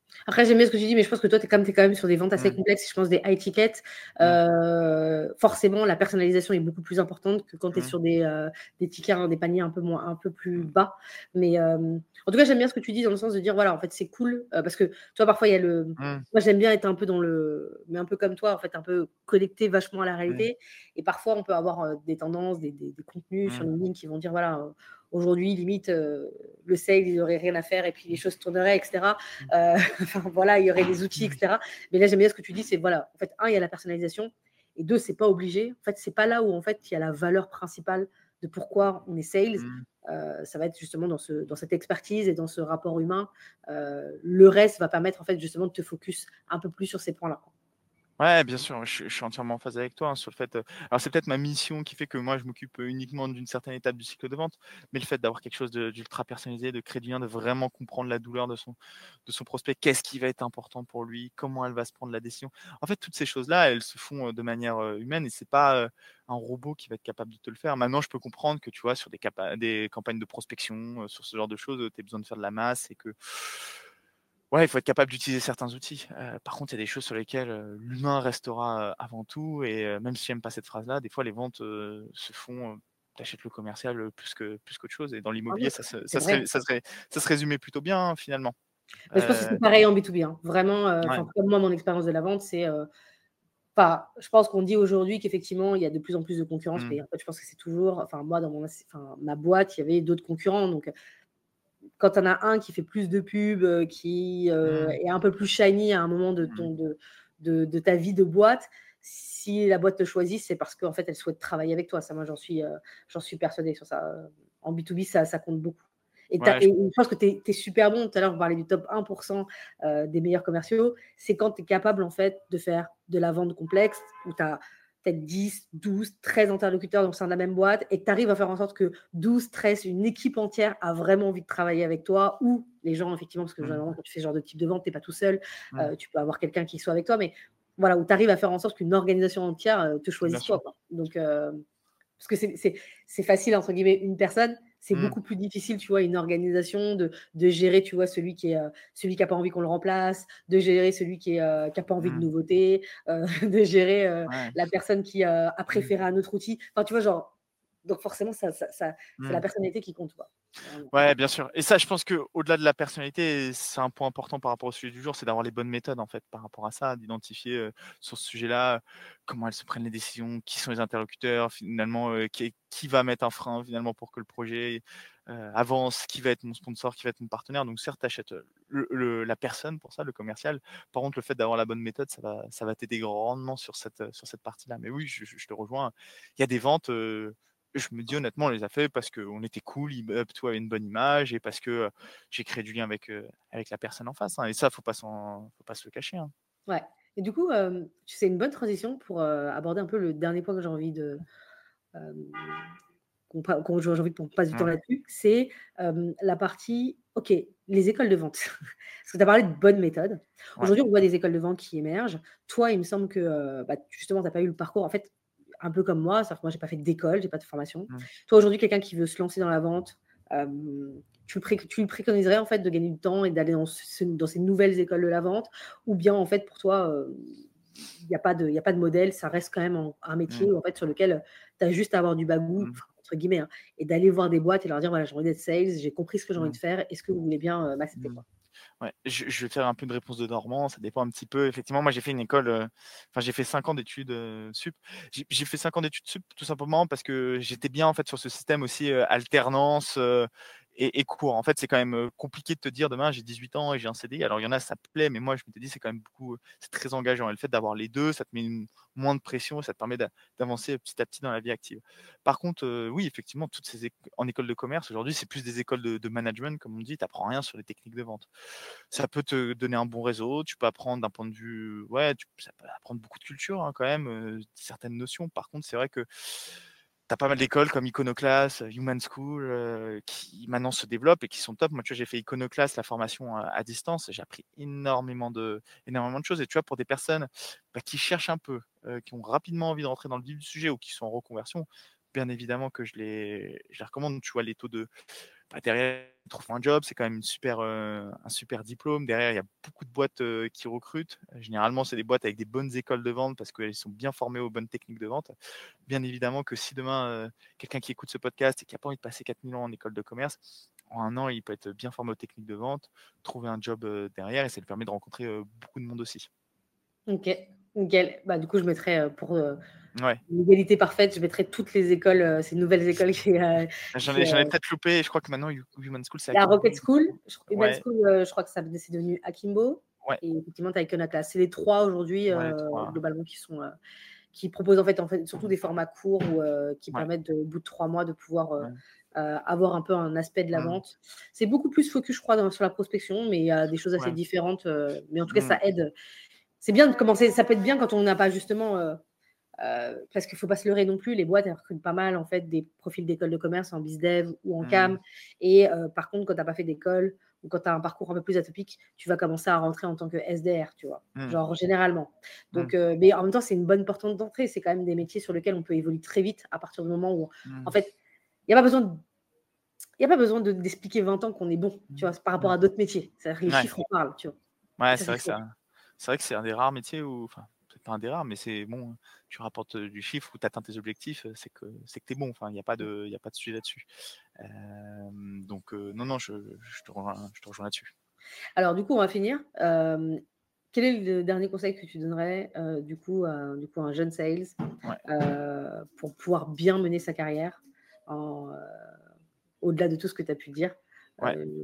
Après, j'aime bien ce que tu dis, mais je pense que toi, tu es quand même, tu es quand même sur des ventes assez Mmh. complexes. Je pense des high tickets, Mmh. heu, forcément, la personnalisation est beaucoup plus importante que quand tu es Mmh. sur des, heu, des tickets, hein, des paniers un peu moins un peu plus Mmh. bas. Mais, hem, en tout cas, j'aime bien ce que tu dis dans le sens de dire, voilà, en fait, c'est cool, heu, parce que, tu vois, parfois, il y a le Mmh. moi, j'aime bien être un peu dans le mais un peu comme toi, en fait, un peu connecté vachement à la Mmh. réalité et parfois, on peut avoir, heu, des tendances, des des des contenus sur Mmh. LinkedIn qui vont dire, voilà, heu, aujourd'hui, limite, heu, le sale, il aurait rien à faire et puis les choses tourneraient et cetera. Mmh. Heu, enfin, voilà, il y aurait des outils et Mmh. cetera. Mais là, j'aime bien ce que tu dis, c'est voilà, en fait, un, il y a la personnalisation et deux, c'est pas obligé. En fait, c'est pas là où, en fait, il y a la valeur principale de pourquoi on est sales. Mmh. Heu, ça va être justement dans ce dans cette expertise et dans ce rapport humain. Heu, le reste va permettre, en fait, justement de te focus un peu plus sur ces points-là. Ouais, bien sûr, je suis je suis entièrement en phase avec toi, hein, sur le fait, heu alors c'est peut-être ma mission qui fait que moi je m'occupe, heu, uniquement d'une certaine étape du cycle de vente, mais le fait d'avoir quelque chose de d'ultra personnalisé, de créer du lien, de vraiment comprendre la douleur de son de son prospect, qu'est-ce qui va être important pour lui, comment elle va se prendre la décision. En fait, toutes ces choses-là, elles se font, heu, de manière, heu, humaine et c'est pas, heu, un robot qui va être capable de te le faire. Maintenant, je peux comprendre que, tu vois, sur des capa des campagnes de prospection, heu, sur ce genre de choses, heu, tu aies besoin de faire de la masse et que ouais, il faut être capable d'utiliser certains outils. Heu, par contre, il y a des choses sur lesquelles, heu, l'humain restera, heu, avant tout et heu, même si j'aime pas cette phrase-là, des fois les ventes, heu, se font, heu, tu le commercial, heu, plus que plus qu'autre chose et dans Ah oui, l'immobilier, ça se c'est ça vrai. serait ça serait ça se résumait plutôt bien, hein, finalement. Mais je pense que Heu, c'est pareil en B deux B, hein. Vraiment, heu, ouais. enfin, comme moi, mon expérience de la vente, c'est, heu, enfin, je pense qu'on dit aujourd'hui qu'effectivement, il y a de plus en plus de concurrence, Mmh. mais en fait, je pense que c'est toujours enfin, moi, dans mon ass enfin, ma boîte, il y avait d'autres concurrents, donc quand tu en as un qui fait plus de pub, heu, qui, heu, Mmh. est un peu plus shiny à un moment de Mmh. ton de de de ta vie de boîte, si la boîte te choisit, c'est parce qu'en fait, elle souhaite travailler avec toi. Ça, moi, j'en suis, heu, j'en suis persuadée sur ça, heu. En B deux B, ça ça compte beaucoup et tu Ouais, as je et je pense que tu es tu es super bon. Tout à l'heure, vous parliez du top un heu, des meilleurs commerciaux. C'est quand tu es capable, en fait, de faire de la vente complexe où tu as peut-être dix, douze, treize interlocuteurs au sein de la même boîte et que tu arrives à faire en sorte que douze, treize, une équipe entière a vraiment envie de travailler avec toi ou les gens, effectivement, parce que mmh. généralement, quand tu fais ce genre de type de vente, tu es pas tout seul, Mmh. heu, tu peux avoir quelqu'un qui soit avec toi, mais voilà, où tu arrives à faire en sorte qu'une organisation entière, heu, te Bien choisisse sûr. toi, quoi. Donc, heu, parce que c'est c'est c'est facile entre guillemets une personne, c'est Mmh. beaucoup plus difficile, tu vois, une organisation de de gérer, tu vois, celui qui est, heu, celui qui a pas envie qu'on le remplace, de gérer celui qui est, heu, qui a pas envie de Mmh. nouveautés, heu, de gérer, heu, Ouais. la personne qui, heu, a Mmh. préféré un autre outil. Enfin, tu vois, genre donc forcément ça ça ça c'est la Mmh. personnalité qui compte, quoi. Vraiment. Ouais, bien sûr et ça, je pense qu'au-delà de la personnalité, c'est un point important par rapport au sujet du jour, c'est d'avoir les bonnes méthodes, en fait, par rapport à ça, d'identifier, heu, sur ce sujet-là, comment elles se prennent les décisions, qui sont les interlocuteurs, finalement, heu, qui est qui va mettre un frein, finalement, pour que le projet, heu, avance, qui va être mon sponsor, qui va être mon partenaire. Donc certes, tu achètes, le le la personne pour ça, le commercial. Par contre, le fait d'avoir la bonne méthode, ça va ça va t'aider grandement sur cette, heu, sur cette partie-là. Mais oui, je je je te rejoins. Il y a des ventes, heu je me dis honnêtement, on les a fait parce qu'on était cool, Immeuble avait une bonne image et parce que, heu, j'ai créé du lien avec, heu, avec la personne en face, hein et ça, faut pas s'en faut pas se le cacher, hein. Ouais et du coup, hem, c'est une bonne transition pour, heu, aborder un peu le dernier point que j'ai envie de, hem qu'on pa qu'on j'ai envie qu'on passe du temps Mmh, là-dessus, c'est, hem, la partie OK, les écoles de vente. Parce que tu as parlé de bonnes méthodes. ouais. Aujourd'hui, on voit des écoles de vente qui émergent. Toi, il me semble que, heu, bah, justement, tu as pas eu le parcours en fait, un peu comme moi, c'est-à-dire que moi, j'ai pas fait d'école, j'ai pas de formation. Mmh. Toi, aujourd'hui, quelqu'un qui veut se lancer dans la vente, hem, tu le pré tu lui préconiserais en fait de gagner du temps et d'aller dans ce dans ces nouvelles écoles de la vente? Ou bien en fait pour toi, heu, il y a pas de il y a pas de modèle, ça reste quand même en un Mmh. métier en fait sur lequel, tu as juste à avoir du bagou, Mmh. enfin entre guillemets, hein, et d'aller voir des boîtes et leur dire: «Voilà, j'ai envie d'être sales, j'ai compris ce que j'ai envie de Mmh. faire. Est-ce que vous voulez bien, heu, m'accepter?» Mmh. quoi. Ouais, je je vais faire un peu de réponse de Normand, ça dépend un petit peu. Effectivement, moi, j'ai fait une école, heu, enfin, j'ai fait cinq ans d'études, heu, sup. J'ai j'ai fait cinq ans d'études sup, tout simplement parce que j'étais bien, en fait, sur ce système aussi, heu, alternance, heu et et cours. En fait, c'est quand même, heu, compliqué de te dire: «Demain, j'ai dix-huit ans et j'ai un C D I». Alors, il y en a, ça plaît, mais moi, je m'étais dit: «C'est quand même beaucoup, heu, c'est très engageant» et le fait d'avoir les deux, ça te met une moins de pression, ça te permet d'a d'avancer petit à petit dans la vie active. Par contre, heu, oui, effectivement, toutes ces éc en école de commerce, aujourd'hui, c'est plus des écoles de de management, comme on dit, tu apprends rien sur les techniques de vente. Ça peut te donner un bon réseau, tu peux apprendre d'un point de vue ouais, tu ça peut apprendre beaucoup de culture, hein, quand même, heu, certaines notions. Par contre, c'est vrai que tu as pas mal d'écoles comme Iconoclast, heu, Human School, heu, qui maintenant se développent et qui sont top. Moi, tu vois, j'ai fait Iconoclast, la formation à à distance et j'ai appris énormément de énormément de choses et tu vois, pour des personnes, bah, qui cherchent un peu, heu, qui ont rapidement envie de rentrer dans le vif du sujet ou qui sont en reconversion, bien évidemment que je les je les recommande. Tu vois, les taux de bah, derrière, ils trouvent un job, c'est quand même une super, euh, un super diplôme. Derrière, il y a beaucoup de boîtes euh, qui recrutent. Généralement, c'est des boîtes avec des bonnes écoles de vente parce qu'elles sont bien formées aux bonnes techniques de vente. Bien évidemment que si demain, euh, quelqu'un qui écoute ce podcast et qui n'a pas envie de passer quatre mille ans en école de commerce, en un an, il peut être bien formé aux techniques de vente, trouver un job euh, derrière et ça lui permet de rencontrer euh, beaucoup de monde aussi. Ok, nickel. Bah, du coup, je mettrais euh, pour euh, Ouais. l'égalité parfaite, je mettrais toutes les écoles, euh, ces nouvelles écoles qui. Euh, J'en qui, ai, j'en ai euh, peut-être loupé et je crois que maintenant, Human School, c'est la Akimbo. Rocket School, je, Human Ouais, School, euh, je crois que ça, c'est devenu Akimbo. ouais, Et effectivement, tu as Iconoclast. C'est les trois aujourd'hui, ouais, les euh, trois. globalement, qui sont. Euh, qui proposent en fait, en fait surtout des formats courts ou euh, qui Ouais, permettent, de, au bout de trois mois, de pouvoir euh, ouais. euh, avoir un peu un aspect de la Mm. vente. C'est beaucoup plus focus, je crois, dans, sur la prospection, mais il y a des choses assez Ouais. différentes. euh, mais en tout cas, Mm. ça aide. C'est bien de commencer. Ça peut être bien quand on n'a pas justement. Euh, euh, parce qu'il ne faut pas se leurrer non plus, les boîtes elles recrutent pas mal en fait des profils d'école de commerce en bizdev ou en Mm. cam. Et euh, par contre, quand tu n'as pas fait d'école ou quand tu as un parcours un peu plus atypique, tu vas commencer à rentrer en tant que S D R, tu vois, Mm. genre généralement. Donc, Mm. euh, mais en même temps, c'est une bonne porte d'entrée. C'est quand même des métiers sur lesquels on peut évoluer très vite à partir du moment où, Mm. en fait, il n'y a pas besoin de il n'y a pas besoin de, d'expliquer vingt ans qu'on est bon, tu vois, par rapport à d'autres métiers. C'est-à-dire que les Ouais. chiffres en parlent, tu vois. Ouais, Ça, c'est vrai c'est que c'est un, c'est vrai que c'est un des rares métiers où, enfin, peut-être pas un des rares, mais c'est bon, tu rapportes euh, du chiffre ou tu atteins tes objectifs, euh, c'est que c'est que t'es bon. Enfin, il n'y a pas de, il y a pas de sujet là-dessus. Euh, donc euh, non, non, je, je te rejoins, je te rejoins là-dessus. Alors, du coup, on va finir. Euh, quel est le dernier conseil que tu donnerais euh, du, coup, à, du coup, à un jeune sales Ouais. euh, pour pouvoir bien mener sa carrière en, euh, au-delà de tout ce que tu as pu dire? Ouais. Euh,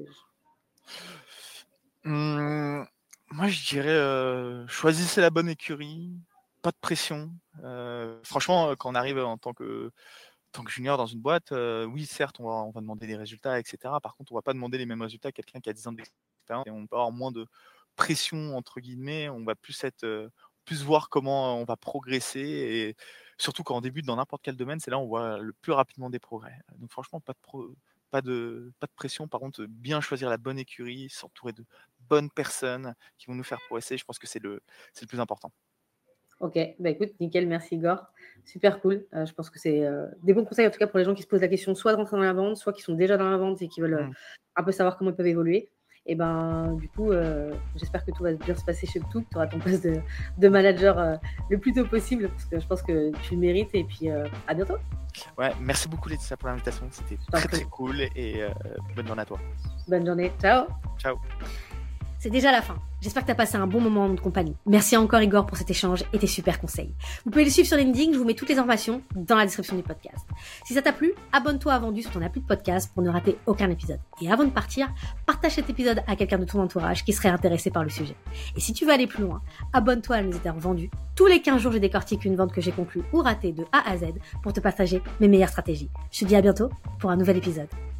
Hum, moi, je dirais, euh, choisissez la bonne écurie, pas de pression. Euh, franchement, quand on arrive en tant que, tant que junior dans une boîte, euh, oui, certes, on va, on va demander des résultats, et cetera. Par contre, on va pas demander les mêmes résultats à quelqu'un qui a dix ans d'expérience et on peut avoir moins de pression, entre guillemets. On va plus être, euh, plus voir comment on va progresser et surtout quand on débute dans n'importe quel domaine, c'est là où on voit le plus rapidement des progrès. Donc, franchement, pas de pro, pas de, pas de pression. Par contre, bien choisir la bonne écurie, s'entourer de bonnes personnes qui vont nous faire progresser. Je pense que c'est le, c'est le plus important. Ok, bah écoute, nickel, merci Igor. Super cool. Euh, je pense que c'est euh, des bons conseils en tout cas pour les gens qui se posent la question soit de rentrer dans la vente, soit qui sont déjà dans la vente et qui veulent euh, Mm. un peu savoir comment ils peuvent évoluer. Et ben du coup, euh, j'espère que tout va bien se passer chez tout, que tu auras ton poste de, de manager euh, le plus tôt possible parce que je pense que tu le mérites. Et puis euh, à bientôt. Ouais, merci beaucoup Laetitia pour l'invitation. C'était T'en très prie. très cool et euh, bonne journée à toi. Bonne journée. Ciao. Ciao. C'est déjà la fin. J'espère que tu as passé un bon moment en notre compagnie. Merci encore Igor pour cet échange et tes super conseils. Vous pouvez le suivre sur LinkedIn, je vous mets toutes les informations dans la description du podcast. Si ça t'a plu, abonne-toi à Vendu sur ton appli de podcast pour ne rater aucun épisode. Et avant de partir, partage cet épisode à quelqu'un de ton entourage qui serait intéressé par le sujet. Et si tu veux aller plus loin, abonne-toi à la newsletter Vendu. Tous les quinze jours, je décortique une vente que j'ai conclue ou ratée de A à Z pour te partager mes meilleures stratégies. Je te dis à bientôt pour un nouvel épisode.